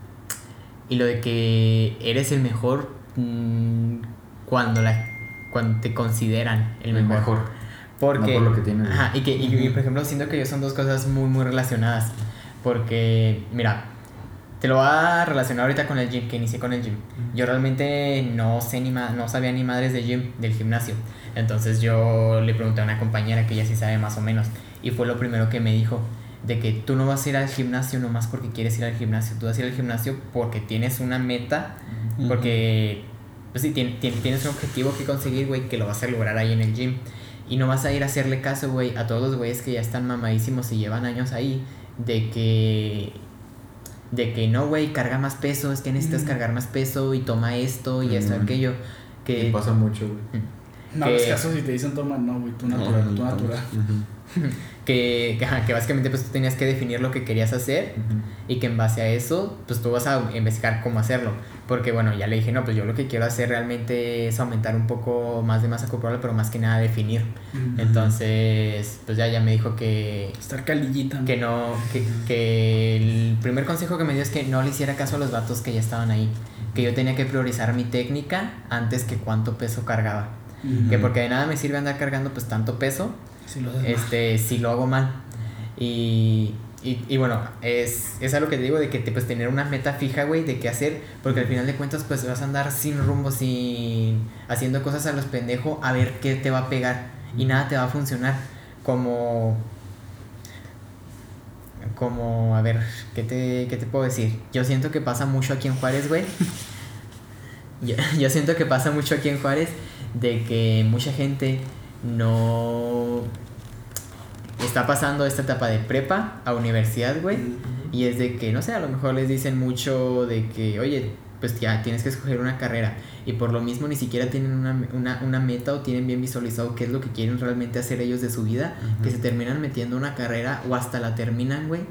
que eres el mejor cuando te consideran el mejor. Porque, no por lo que tienes. Ajá, y por ejemplo, siento que son 2 cosas muy, muy relacionadas. Porque, mira, te lo voy a relacionar ahorita con el gym, que inicié con el gym. Yo realmente no sabía ni madres de gym, del gimnasio. Entonces yo le pregunté a una compañera que ella sí sabe más o menos. Y fue lo primero que me dijo. De que tú no vas a ir al gimnasio nomás porque quieres ir al gimnasio. Tú vas a ir al gimnasio porque tienes una meta, porque pues sí, tienes un objetivo que conseguir, güey, que lo vas a lograr ahí en el gym. Y no vas a ir a hacerle caso, güey, a todos los güeyes que ya están mamadísimos y llevan años ahí, de que no, güey, carga más peso, es que necesitas cargar más peso y toma esto y esto, aquello. Que y pasa mucho, güey. No hagas caso si te dicen toma, no, güey, tú natural. Que básicamente pues tú tenías que definir lo que querías hacer y que en base a eso pues tú vas a investigar cómo hacerlo, porque bueno, ya le dije, no, pues yo lo que quiero hacer realmente es aumentar un poco más de masa corporal, pero más que nada definir. Entonces pues ya me dijo que estar calillita, que no, que el primer consejo que me dio es que no le hiciera caso a los vatos que ya estaban ahí, que yo tenía que priorizar mi técnica antes que cuánto peso cargaba. Que porque de nada me sirve andar cargando pues tanto peso si lo hago mal. Y bueno, es algo que te digo de que pues tener una meta fija, güey, de qué hacer, porque al final de cuentas pues vas a andar sin rumbo, haciendo cosas a los pendejos a ver qué te va a pegar y nada te va a funcionar. Como a ver, ¿qué te puedo decir? Yo siento que pasa mucho aquí en Juárez, güey. Yo siento que pasa mucho aquí en Juárez de que mucha gente no está pasando esta etapa de prepa a universidad, güey, y es de que, no sé, a lo mejor les dicen mucho de que, oye, pues ya tienes que escoger una carrera, y por lo mismo ni siquiera tienen una meta o tienen bien visualizado qué es lo que quieren realmente hacer ellos de su vida, que se terminan metiendo una carrera o hasta la terminan, güey,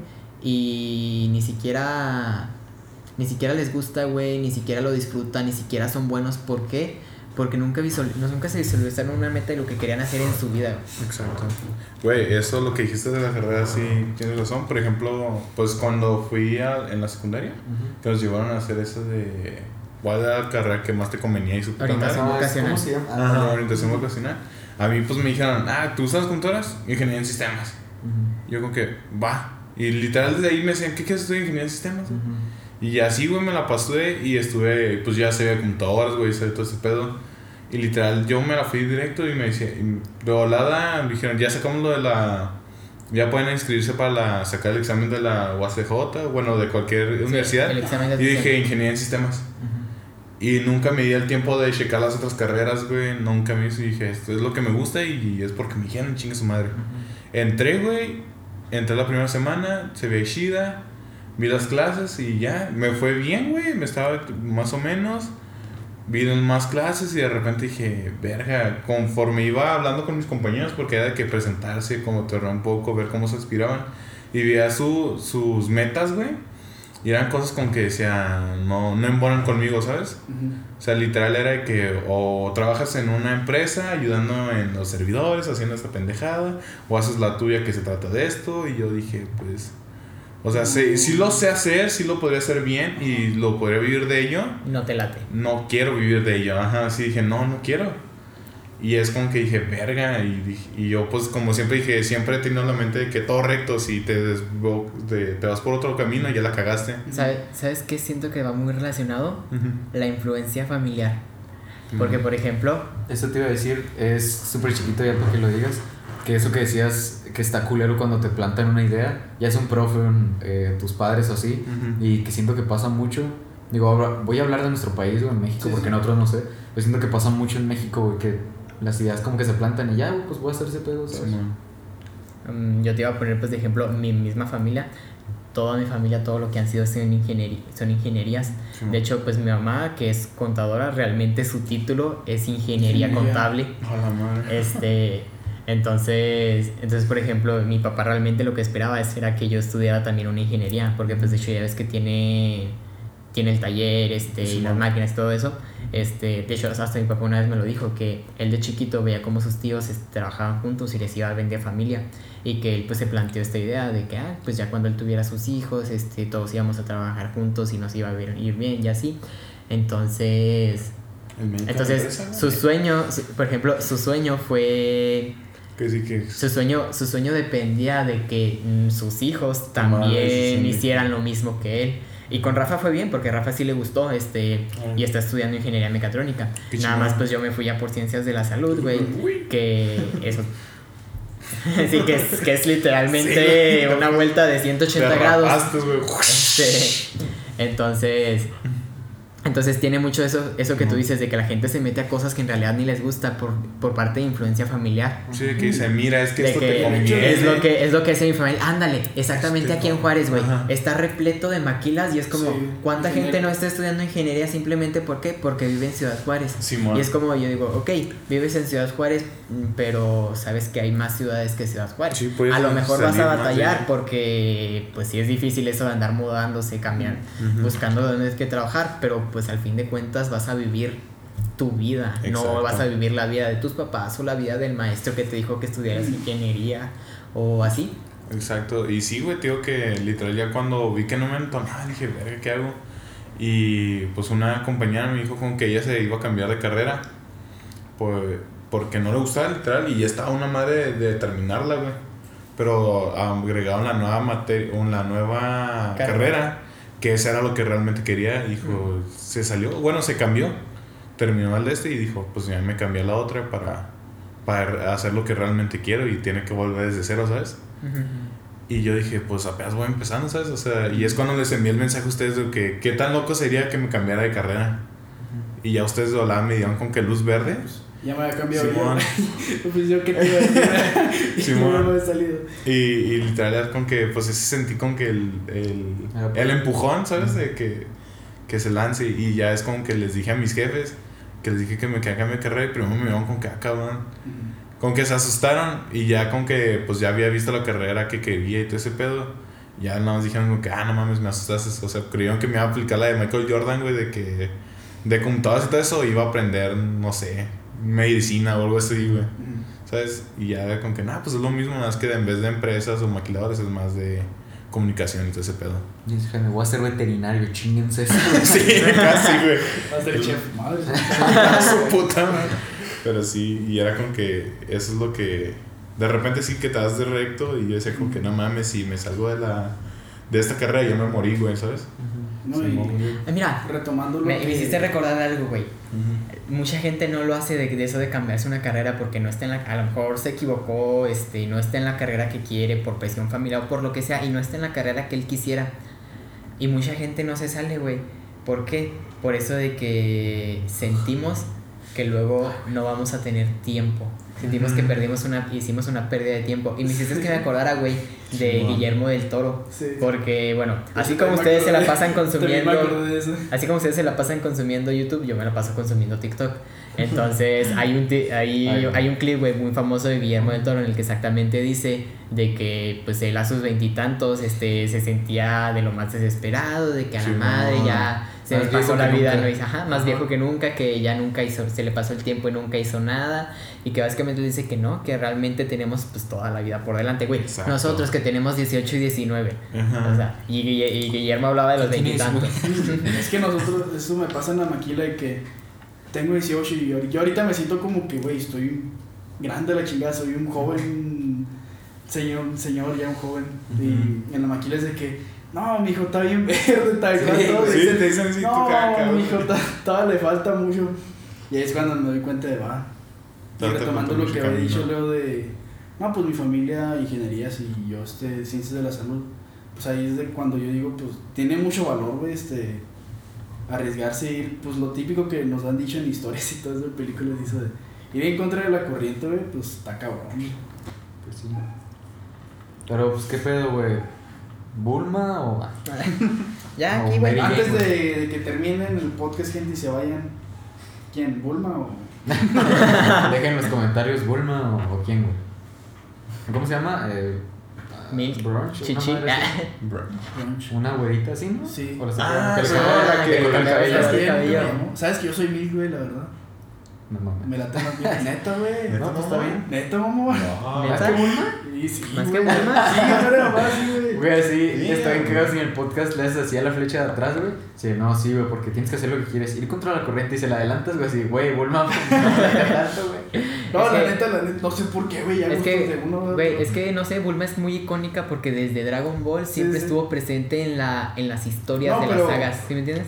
y ni siquiera les gusta, güey, ni siquiera lo disfrutan, ni siquiera son buenos. ¿Por qué? Porque nunca se visualizaron una meta de lo que querían hacer en su vida. Exacto. Güey, eso lo que dijiste de la carrera, sí tienes razón. Por ejemplo, pues cuando fui en la secundaria, que nos llevaron a hacer eso de cuál era la carrera que más te convenía y su orientación vocacional. ¿Cómo se llama? Orientación vocacional. A mí pues me dijeron, ¿tú sabes computadoras? Ingeniería en sistemas. Yo como que, va. Y literal desde ahí me decían, ¿qué quieres estudiar? Ingeniería en sistemas. Y así, güey, me la pasé y estuve, pues ya sabía computadoras, güey, sabía todo ese pedo. Y literal, yo me la fui directo y me decía, de volada, me dijeron, ya sacamos lo de la... Ya pueden inscribirse para sacar el examen de la UACJ, bueno, de cualquier universidad. El examen de y dije, ingeniería en sistemas. Y nunca me di el tiempo de checar las otras carreras, güey, nunca me hice. Y dije, esto es lo que me gusta y es porque me dijeron, chingue su madre. Entré, güey, la primera semana, se veía chida. Vi las clases y ya, me fue bien, güey, me estaba más o menos. Vi más clases y de repente dije, verga, conforme iba hablando con mis compañeros, porque era de que presentarse, como tornar un poco, ver cómo se inspiraban. Y veía sus metas, güey, y eran cosas con que decían, no embonan conmigo, ¿sabes? O sea, literal era de que o trabajas en una empresa ayudando en los servidores, haciendo esta pendejada, o haces la tuya que se trata de esto. Y yo dije, pues... O sea, sí lo sé hacer, sí lo podría hacer bien y lo podría vivir de ello. No te late. No quiero vivir de ello, ajá, sí dije, no quiero. Y es como que dije, verga, y yo pues como siempre dije, siempre he tenido en la mente de que todo recto, si te vas por otro camino ya la cagaste. ¿Sabes qué? Siento que va muy relacionado, la influencia familiar. Porque, por ejemplo... Eso te iba a decir, es súper chiquito ya para que lo digas. que eso que decías, que está culero cuando te plantan una idea, ya es un profe, tus padres o así, y que siento que pasa mucho. Digo, ahora voy a hablar de nuestro país o en México, porque en otros no sé. Yo siento que pasa mucho en México, güey, que las ideas como que se plantan y ya, pues voy a hacer ese pedo, ¿sabes? Yo te iba a poner, pues, de ejemplo, mi misma familia. Toda mi familia, todo lo que han sido son ingenierías. Sí. De hecho, pues mi mamá, que es contadora, realmente su título es ingeniería contable. Hola, madre. Entonces, por ejemplo, mi papá realmente lo que esperaba era que yo estudiara también una ingeniería, porque pues de hecho ya ves que tiene el taller, y las máquinas y todo eso. De hecho, hasta mi papá una vez me lo dijo, que él de chiquito veía cómo sus tíos trabajaban juntos y les iba a vender familia, y que él pues se planteó esta idea de que pues ya cuando él tuviera sus hijos, todos íbamos a trabajar juntos y nos iba a ir bien y así. Entonces su sueño, por ejemplo, su sueño fue... Su sueño dependía de que sus hijos también hicieran lo mismo que él. Y con Rafa fue bien, porque a Rafa sí le gustó, y está estudiando ingeniería mecatrónica. Nada más pues yo me fui a por ciencias de la salud, güey, que eso... sí, que es literalmente una vuelta de 180 grados. Entonces tiene mucho eso que tú dices, de que la gente se mete a cosas que en realidad ni les gusta por parte de influencia familiar. Sí, que dice, mira, es que esto te conviene. Es lo que hace mi familia. Ándale, exactamente aquí en Juárez, güey. Está repleto de maquilas y es como, ¿cuánta gente no está estudiando ingeniería simplemente por qué? Porque vive en Ciudad Juárez. Y es como, yo digo, ok, vives en Ciudad Juárez, pero sabes que hay más ciudades que Ciudad Juárez. Sí, a lo mejor vas a batallar porque pues sí es difícil eso de andar mudándose, cambiar, buscando dónde es que trabajar, pero pues al fin de cuentas vas a vivir tu vida. Exacto. No vas a vivir la vida de tus papás o la vida del maestro que te dijo que estudiaras ingeniería o así. Exacto, y sí, güey, tío, que literal ya cuando vi que no me entonaba dije, verga, ¿qué hago? Y pues una compañera me dijo con que ella se iba a cambiar de carrera, pues porque no le gustaba literal y ya estaba una madre de terminarla, güey, pero agregaron la nueva carrera, que esa era lo que realmente quería. Dijo, se salió, bueno, se cambió, terminó el y dijo, pues ya me cambié a la otra para hacer lo que realmente quiero y tiene que volver desde cero, ¿sabes? Y yo dije, pues apenas voy empezando, ¿sabes? O sea, y es cuando les envié el mensaje a ustedes de que qué tan loco sería que me cambiara de carrera. Y ya ustedes de volada me dieron con que luz verde. Ya me había cambiado. Simón. Pues yo qué te iba a decir. Simón. No me había salido. Y literal con que pues ese sentí con que el empujón, ¿sabes? De que se lance. Y ya es como que les dije a mis jefes, que les dije que me quedé a mi carrera y primero me vieron con que cabrón. Con que se asustaron y ya con que pues ya había visto la carrera que quería y todo ese pedo. Ya nada más dijeron como que no mames, me asustaste. O sea, creyeron que me iba a aplicar la de Michael Jordan, güey, de computadoras y todo eso iba a aprender, no sé, medicina o algo así, güey. ¿Sabes? Y ya con que pues es lo mismo, nada más que en vez de empresas o maquiladores es más de comunicación y todo ese pedo. Y dije, me voy a hacer veterinario, chinguense eso. Sí, casi, güey. Va a ser chef, madre. Su puta madre. Pero sí, y era con que eso es lo que de repente sí que te das de recto y yo decía como que no mames, si me salgo de esta carrera yo me morí, güey, ¿sabes? No, sí, mira, retomando me hiciste recordar algo, güey. Mucha gente no lo hace de eso de cambiarse una carrera porque no está a lo mejor se equivocó, no está en la carrera que quiere por presión familiar o por lo que sea y no está en la carrera que él quisiera. Y mucha gente no se sale, güey. ¿Por qué? Por eso de que sentimos que luego no vamos a tener tiempo. Sentimos que hicimos una pérdida de tiempo. Y me hiciste que me acordara, güey, de Guillermo del Toro. Sí. Porque, bueno, así como ustedes se la pasan consumiendo. Así como ustedes se la pasan consumiendo YouTube, yo me la paso consumiendo TikTok. Entonces, hay un clip, güey, muy famoso de Guillermo del Toro en el que exactamente dice de que, pues, él a sus 20 y tantos, se sentía de lo más desesperado, de que a la madre ya se le pasó la vida, no hizo, más viejo que nunca, que ya nunca hizo, se le pasó el tiempo y nunca hizo nada, y que básicamente dice que no, que realmente tenemos pues toda la vida por delante, güey. Nosotros que tenemos 18 y 19. O sea, y Guillermo hablaba de los 20 y tantos. Es que nosotros, eso me pasa en la maquila de que tengo 18 y yo ahorita me siento como que, güey, estoy grande a la chingada, soy un joven, señor ya un joven. Y en la maquila es de que no, mijo, está bien verde, tal cual. Sí, te dicen así, no, mijo, todavía le falta mucho. Y ahí es cuando me doy cuenta de, y retomando lo que había dicho Leo de No, pues mi familia, ingenierías y yo, ciencias de la salud. Pues ahí es de cuando yo digo, pues tiene mucho valor, güey, arriesgarse a ir, pues lo típico que nos han dicho en historias y todas las películas, eso de ir en contra de la corriente, güey, pues está cabrón. Pues sí. Pero, pues, ¿qué pedo, güey? ¿Bulma o...? Ya, No, aquí, güey. Antes de que terminen el podcast, gente, y se vayan, ¿quién? ¿Bulma o...? Dejen en los comentarios ¿Bulma o quién, güey? ¿Cómo se llama? Milk. Brunch. Chichi. Una madre así. Brunch. Una güerita así, ¿no? Sí. O la Ah, que sí, le la que con el cabello. ¿Sabes el cabello. ¿Sabes que yo soy Milk, güey, la verdad? No mames. Me la tengo bien. Neta, güey. No, pues está bien. Neta, mamá. ¿Más que Bulma? Sí, ¿Más güey. que Bulma? Sí, no era más, sí, güey. Güey, así, Sí, está bien güey. cagado si en el podcast le haces así a la flecha de atrás, güey. Sí, no, sí, güey, porque tienes que hacer lo que quieres. Ir contra la corriente y se la adelantas, güey, así, güey, Bulma, no la adelanto, güey. No, Es la que- neta, no sé por qué, güey. Ya Es gustos que, de uno, güey, es que no sé, Bulma es muy icónica porque desde Dragon Ball siempre sí. estuvo presente en las historias No, de pero- las sagas, ¿sí me entiendes?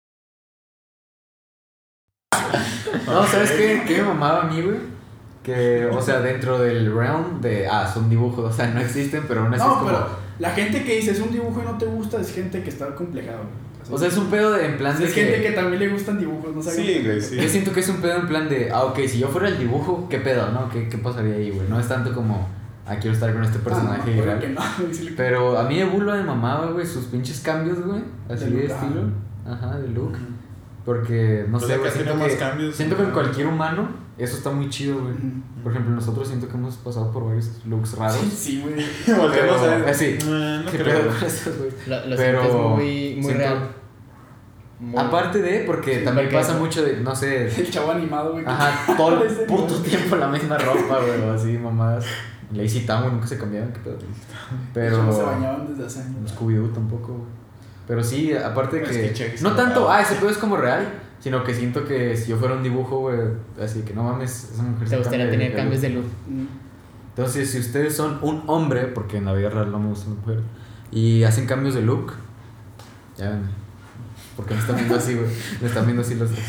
No, ¿sabes qué? ¿Qué me mamaba a mí, güey? Que, o sea, dentro del realm de, son dibujos, o sea, no existen, pero aún así es No, como... pero la gente que dice es un dibujo y no te gusta es gente que está complejada, güey. O sea, es un pedo en plan de es gente que también le gustan dibujos, no saben. Sí, güey, sí. Yo siento que es un pedo en plan de, ok, si yo fuera el dibujo, ¿qué pedo, no? ¿Qué pasaría ahí, güey? No es tanto como, quiero estar con este personaje y claro tal. que no, güey, sí le- Pero a mí de Bulma me mamaba, güey, sus pinches cambios, güey, así De de look, estilo. Ajá, de look. Porque, no Pues sé, acá güey, tiene siento más que, cambios. siento que en cualquier humano eso está muy chido, güey. Ujú. Por ejemplo, nosotros siento que hemos pasado por varios looks raros. Sí, güey. Volteamos a ver. Así. No ¿Qué creo. pedo con esos, güey? Lo Pero sientes muy siento- real. Muy- Aparte de, porque Sí, también porque pasa eso- mucho de, no sé, El chavo animado, güey. ajá, todo el Ese puto nivel. tiempo la misma ropa, güey, o así, mamadas. Lazy Town, güey, nunca se cambiaban, qué pedo. Pero... No se bañaban desde hace años. Scooby-Doo tampoco, güey. Pero sí, aparte de Es que... que Chucky no se tanto, cagaba. ese pedo es como real, sino que siento que si yo fuera un dibujo, güey, así que no mames, esa mujer Te se gustaría cambia tener cambios de look. Entonces, si ustedes son un hombre, porque en la vida real no me gustan las mujeres, y hacen cambios de look, ya ven. Porque me están viendo así, güey. Me están viendo así los dos.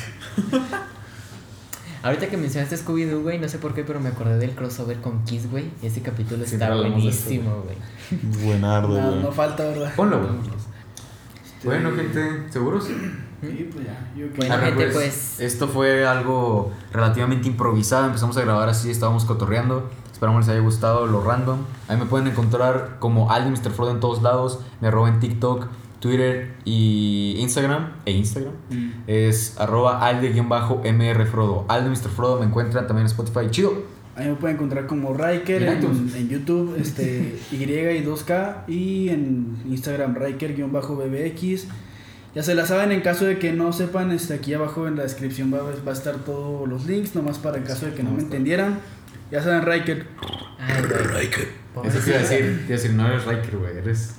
Ahorita que mencionaste Scooby-Doo, güey, no sé por qué, pero me acordé del crossover con Kiss, güey. Ese capítulo Siempre está hablamos de esto, buenísimo, güey. Buenardo, No, güey. no falta, ¿verdad? Ponlo, güey. Bueno, gente, ¿seguros? Sí, pues ya. Yo que- Bueno, Arre, gente, pues- Esto fue algo relativamente improvisado. Empezamos a grabar así, estábamos cotorreando. Esperamos les haya gustado lo random. Ahí me pueden encontrar como Alde Mr. Frodo en todos lados. Me en TikTok, Twitter y Instagram. Es @alde_mrfrodo. Alde Mr. Frodo me encuentran también en Spotify. Chido. Ahí me pueden encontrar como Riker En iTunes. en YouTube, Y y 2K, y en Instagram Riker_BBX. Ya se la saben, en caso de que no sepan, aquí abajo en la descripción va a estar todos los links, nomás para el caso de que no me entendieran. Ya saben, Riker. Ay, güey. Eso te iba a decir, no eres Riker, güey, eres...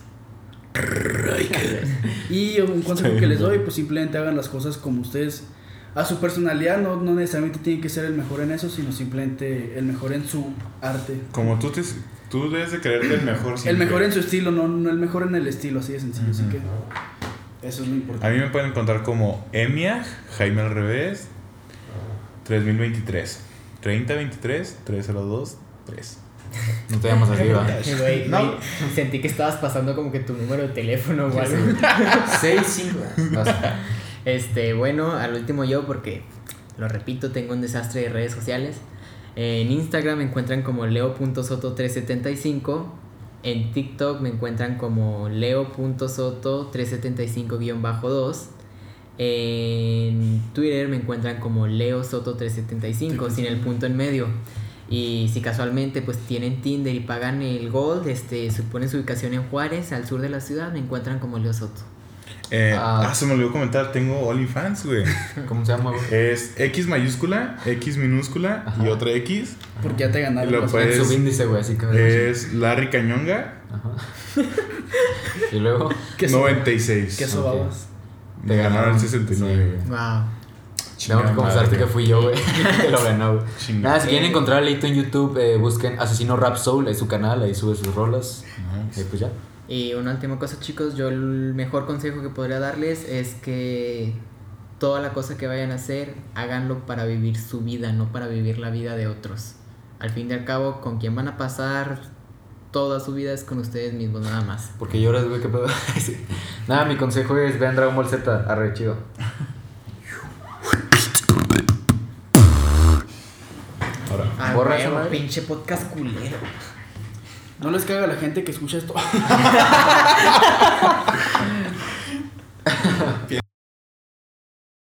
Y un consejo que les doy, pues simplemente hagan las cosas como ustedes, a su personalidad, no necesariamente tienen que ser el mejor en eso, sino simplemente el mejor en su arte. Como tú debes de creerte el mejor El siempre. mejor en su estilo, no el mejor en el estilo, así de sencillo. Así que eso es lo importante. A mí me pueden encontrar como Emiag, Jaime al revés, 3023. 3023 302 3. No te llamas así, va. Güey, No. güey, sentí que estabas pasando como que tu número de teléfono o algo. 6-5. Bueno, al último yo, porque lo repito, tengo un desastre de redes sociales. En Instagram me encuentran como leo.soto375. En TikTok me encuentran como leo.soto375-2. En Twitter me encuentran como leosoto375, sin el punto en medio. Y si casualmente pues tienen Tinder y pagan el Gold, suponen su ubicación en Juárez, al sur de la ciudad, me encuentran como Leo Soto. Se me olvidó comentar, tengo OnlyFans, güey. ¿Cómo se llama, güey? Es X mayúscula, X minúscula Ajá. y otra X. Porque ya te ganaron. Lo las puedes- En su índice, güey, así que... Es Larry Cañonga, Ajá. Y luego... ¿Qué 96. ¿Qué sobabas? Me ganaron el 69. Sí, güey. Wow. Tengo que confesarte que fui yo, güey. Que lo ganó, güey. Chingada. Nada, si quieren encontrar a Leito en YouTube, busquen Asesino Rap Soul, es su canal, ahí sube sus rolas. Nice. Pues ya. Y una última cosa, chicos, yo el mejor consejo que podría darles es que toda la cosa que vayan a hacer, háganlo para vivir su vida, no para vivir la vida de otros. al fin y al cabo, con quien van a pasar toda su vida es con ustedes mismos, nada más. Porque lloras, güey, qué pedo. Sí. Nada, mi consejo es vean Dragon Ball Z, arre chido. Ahora, borra esa madre. Pinche podcast culero. No les caga a la gente que escucha esto.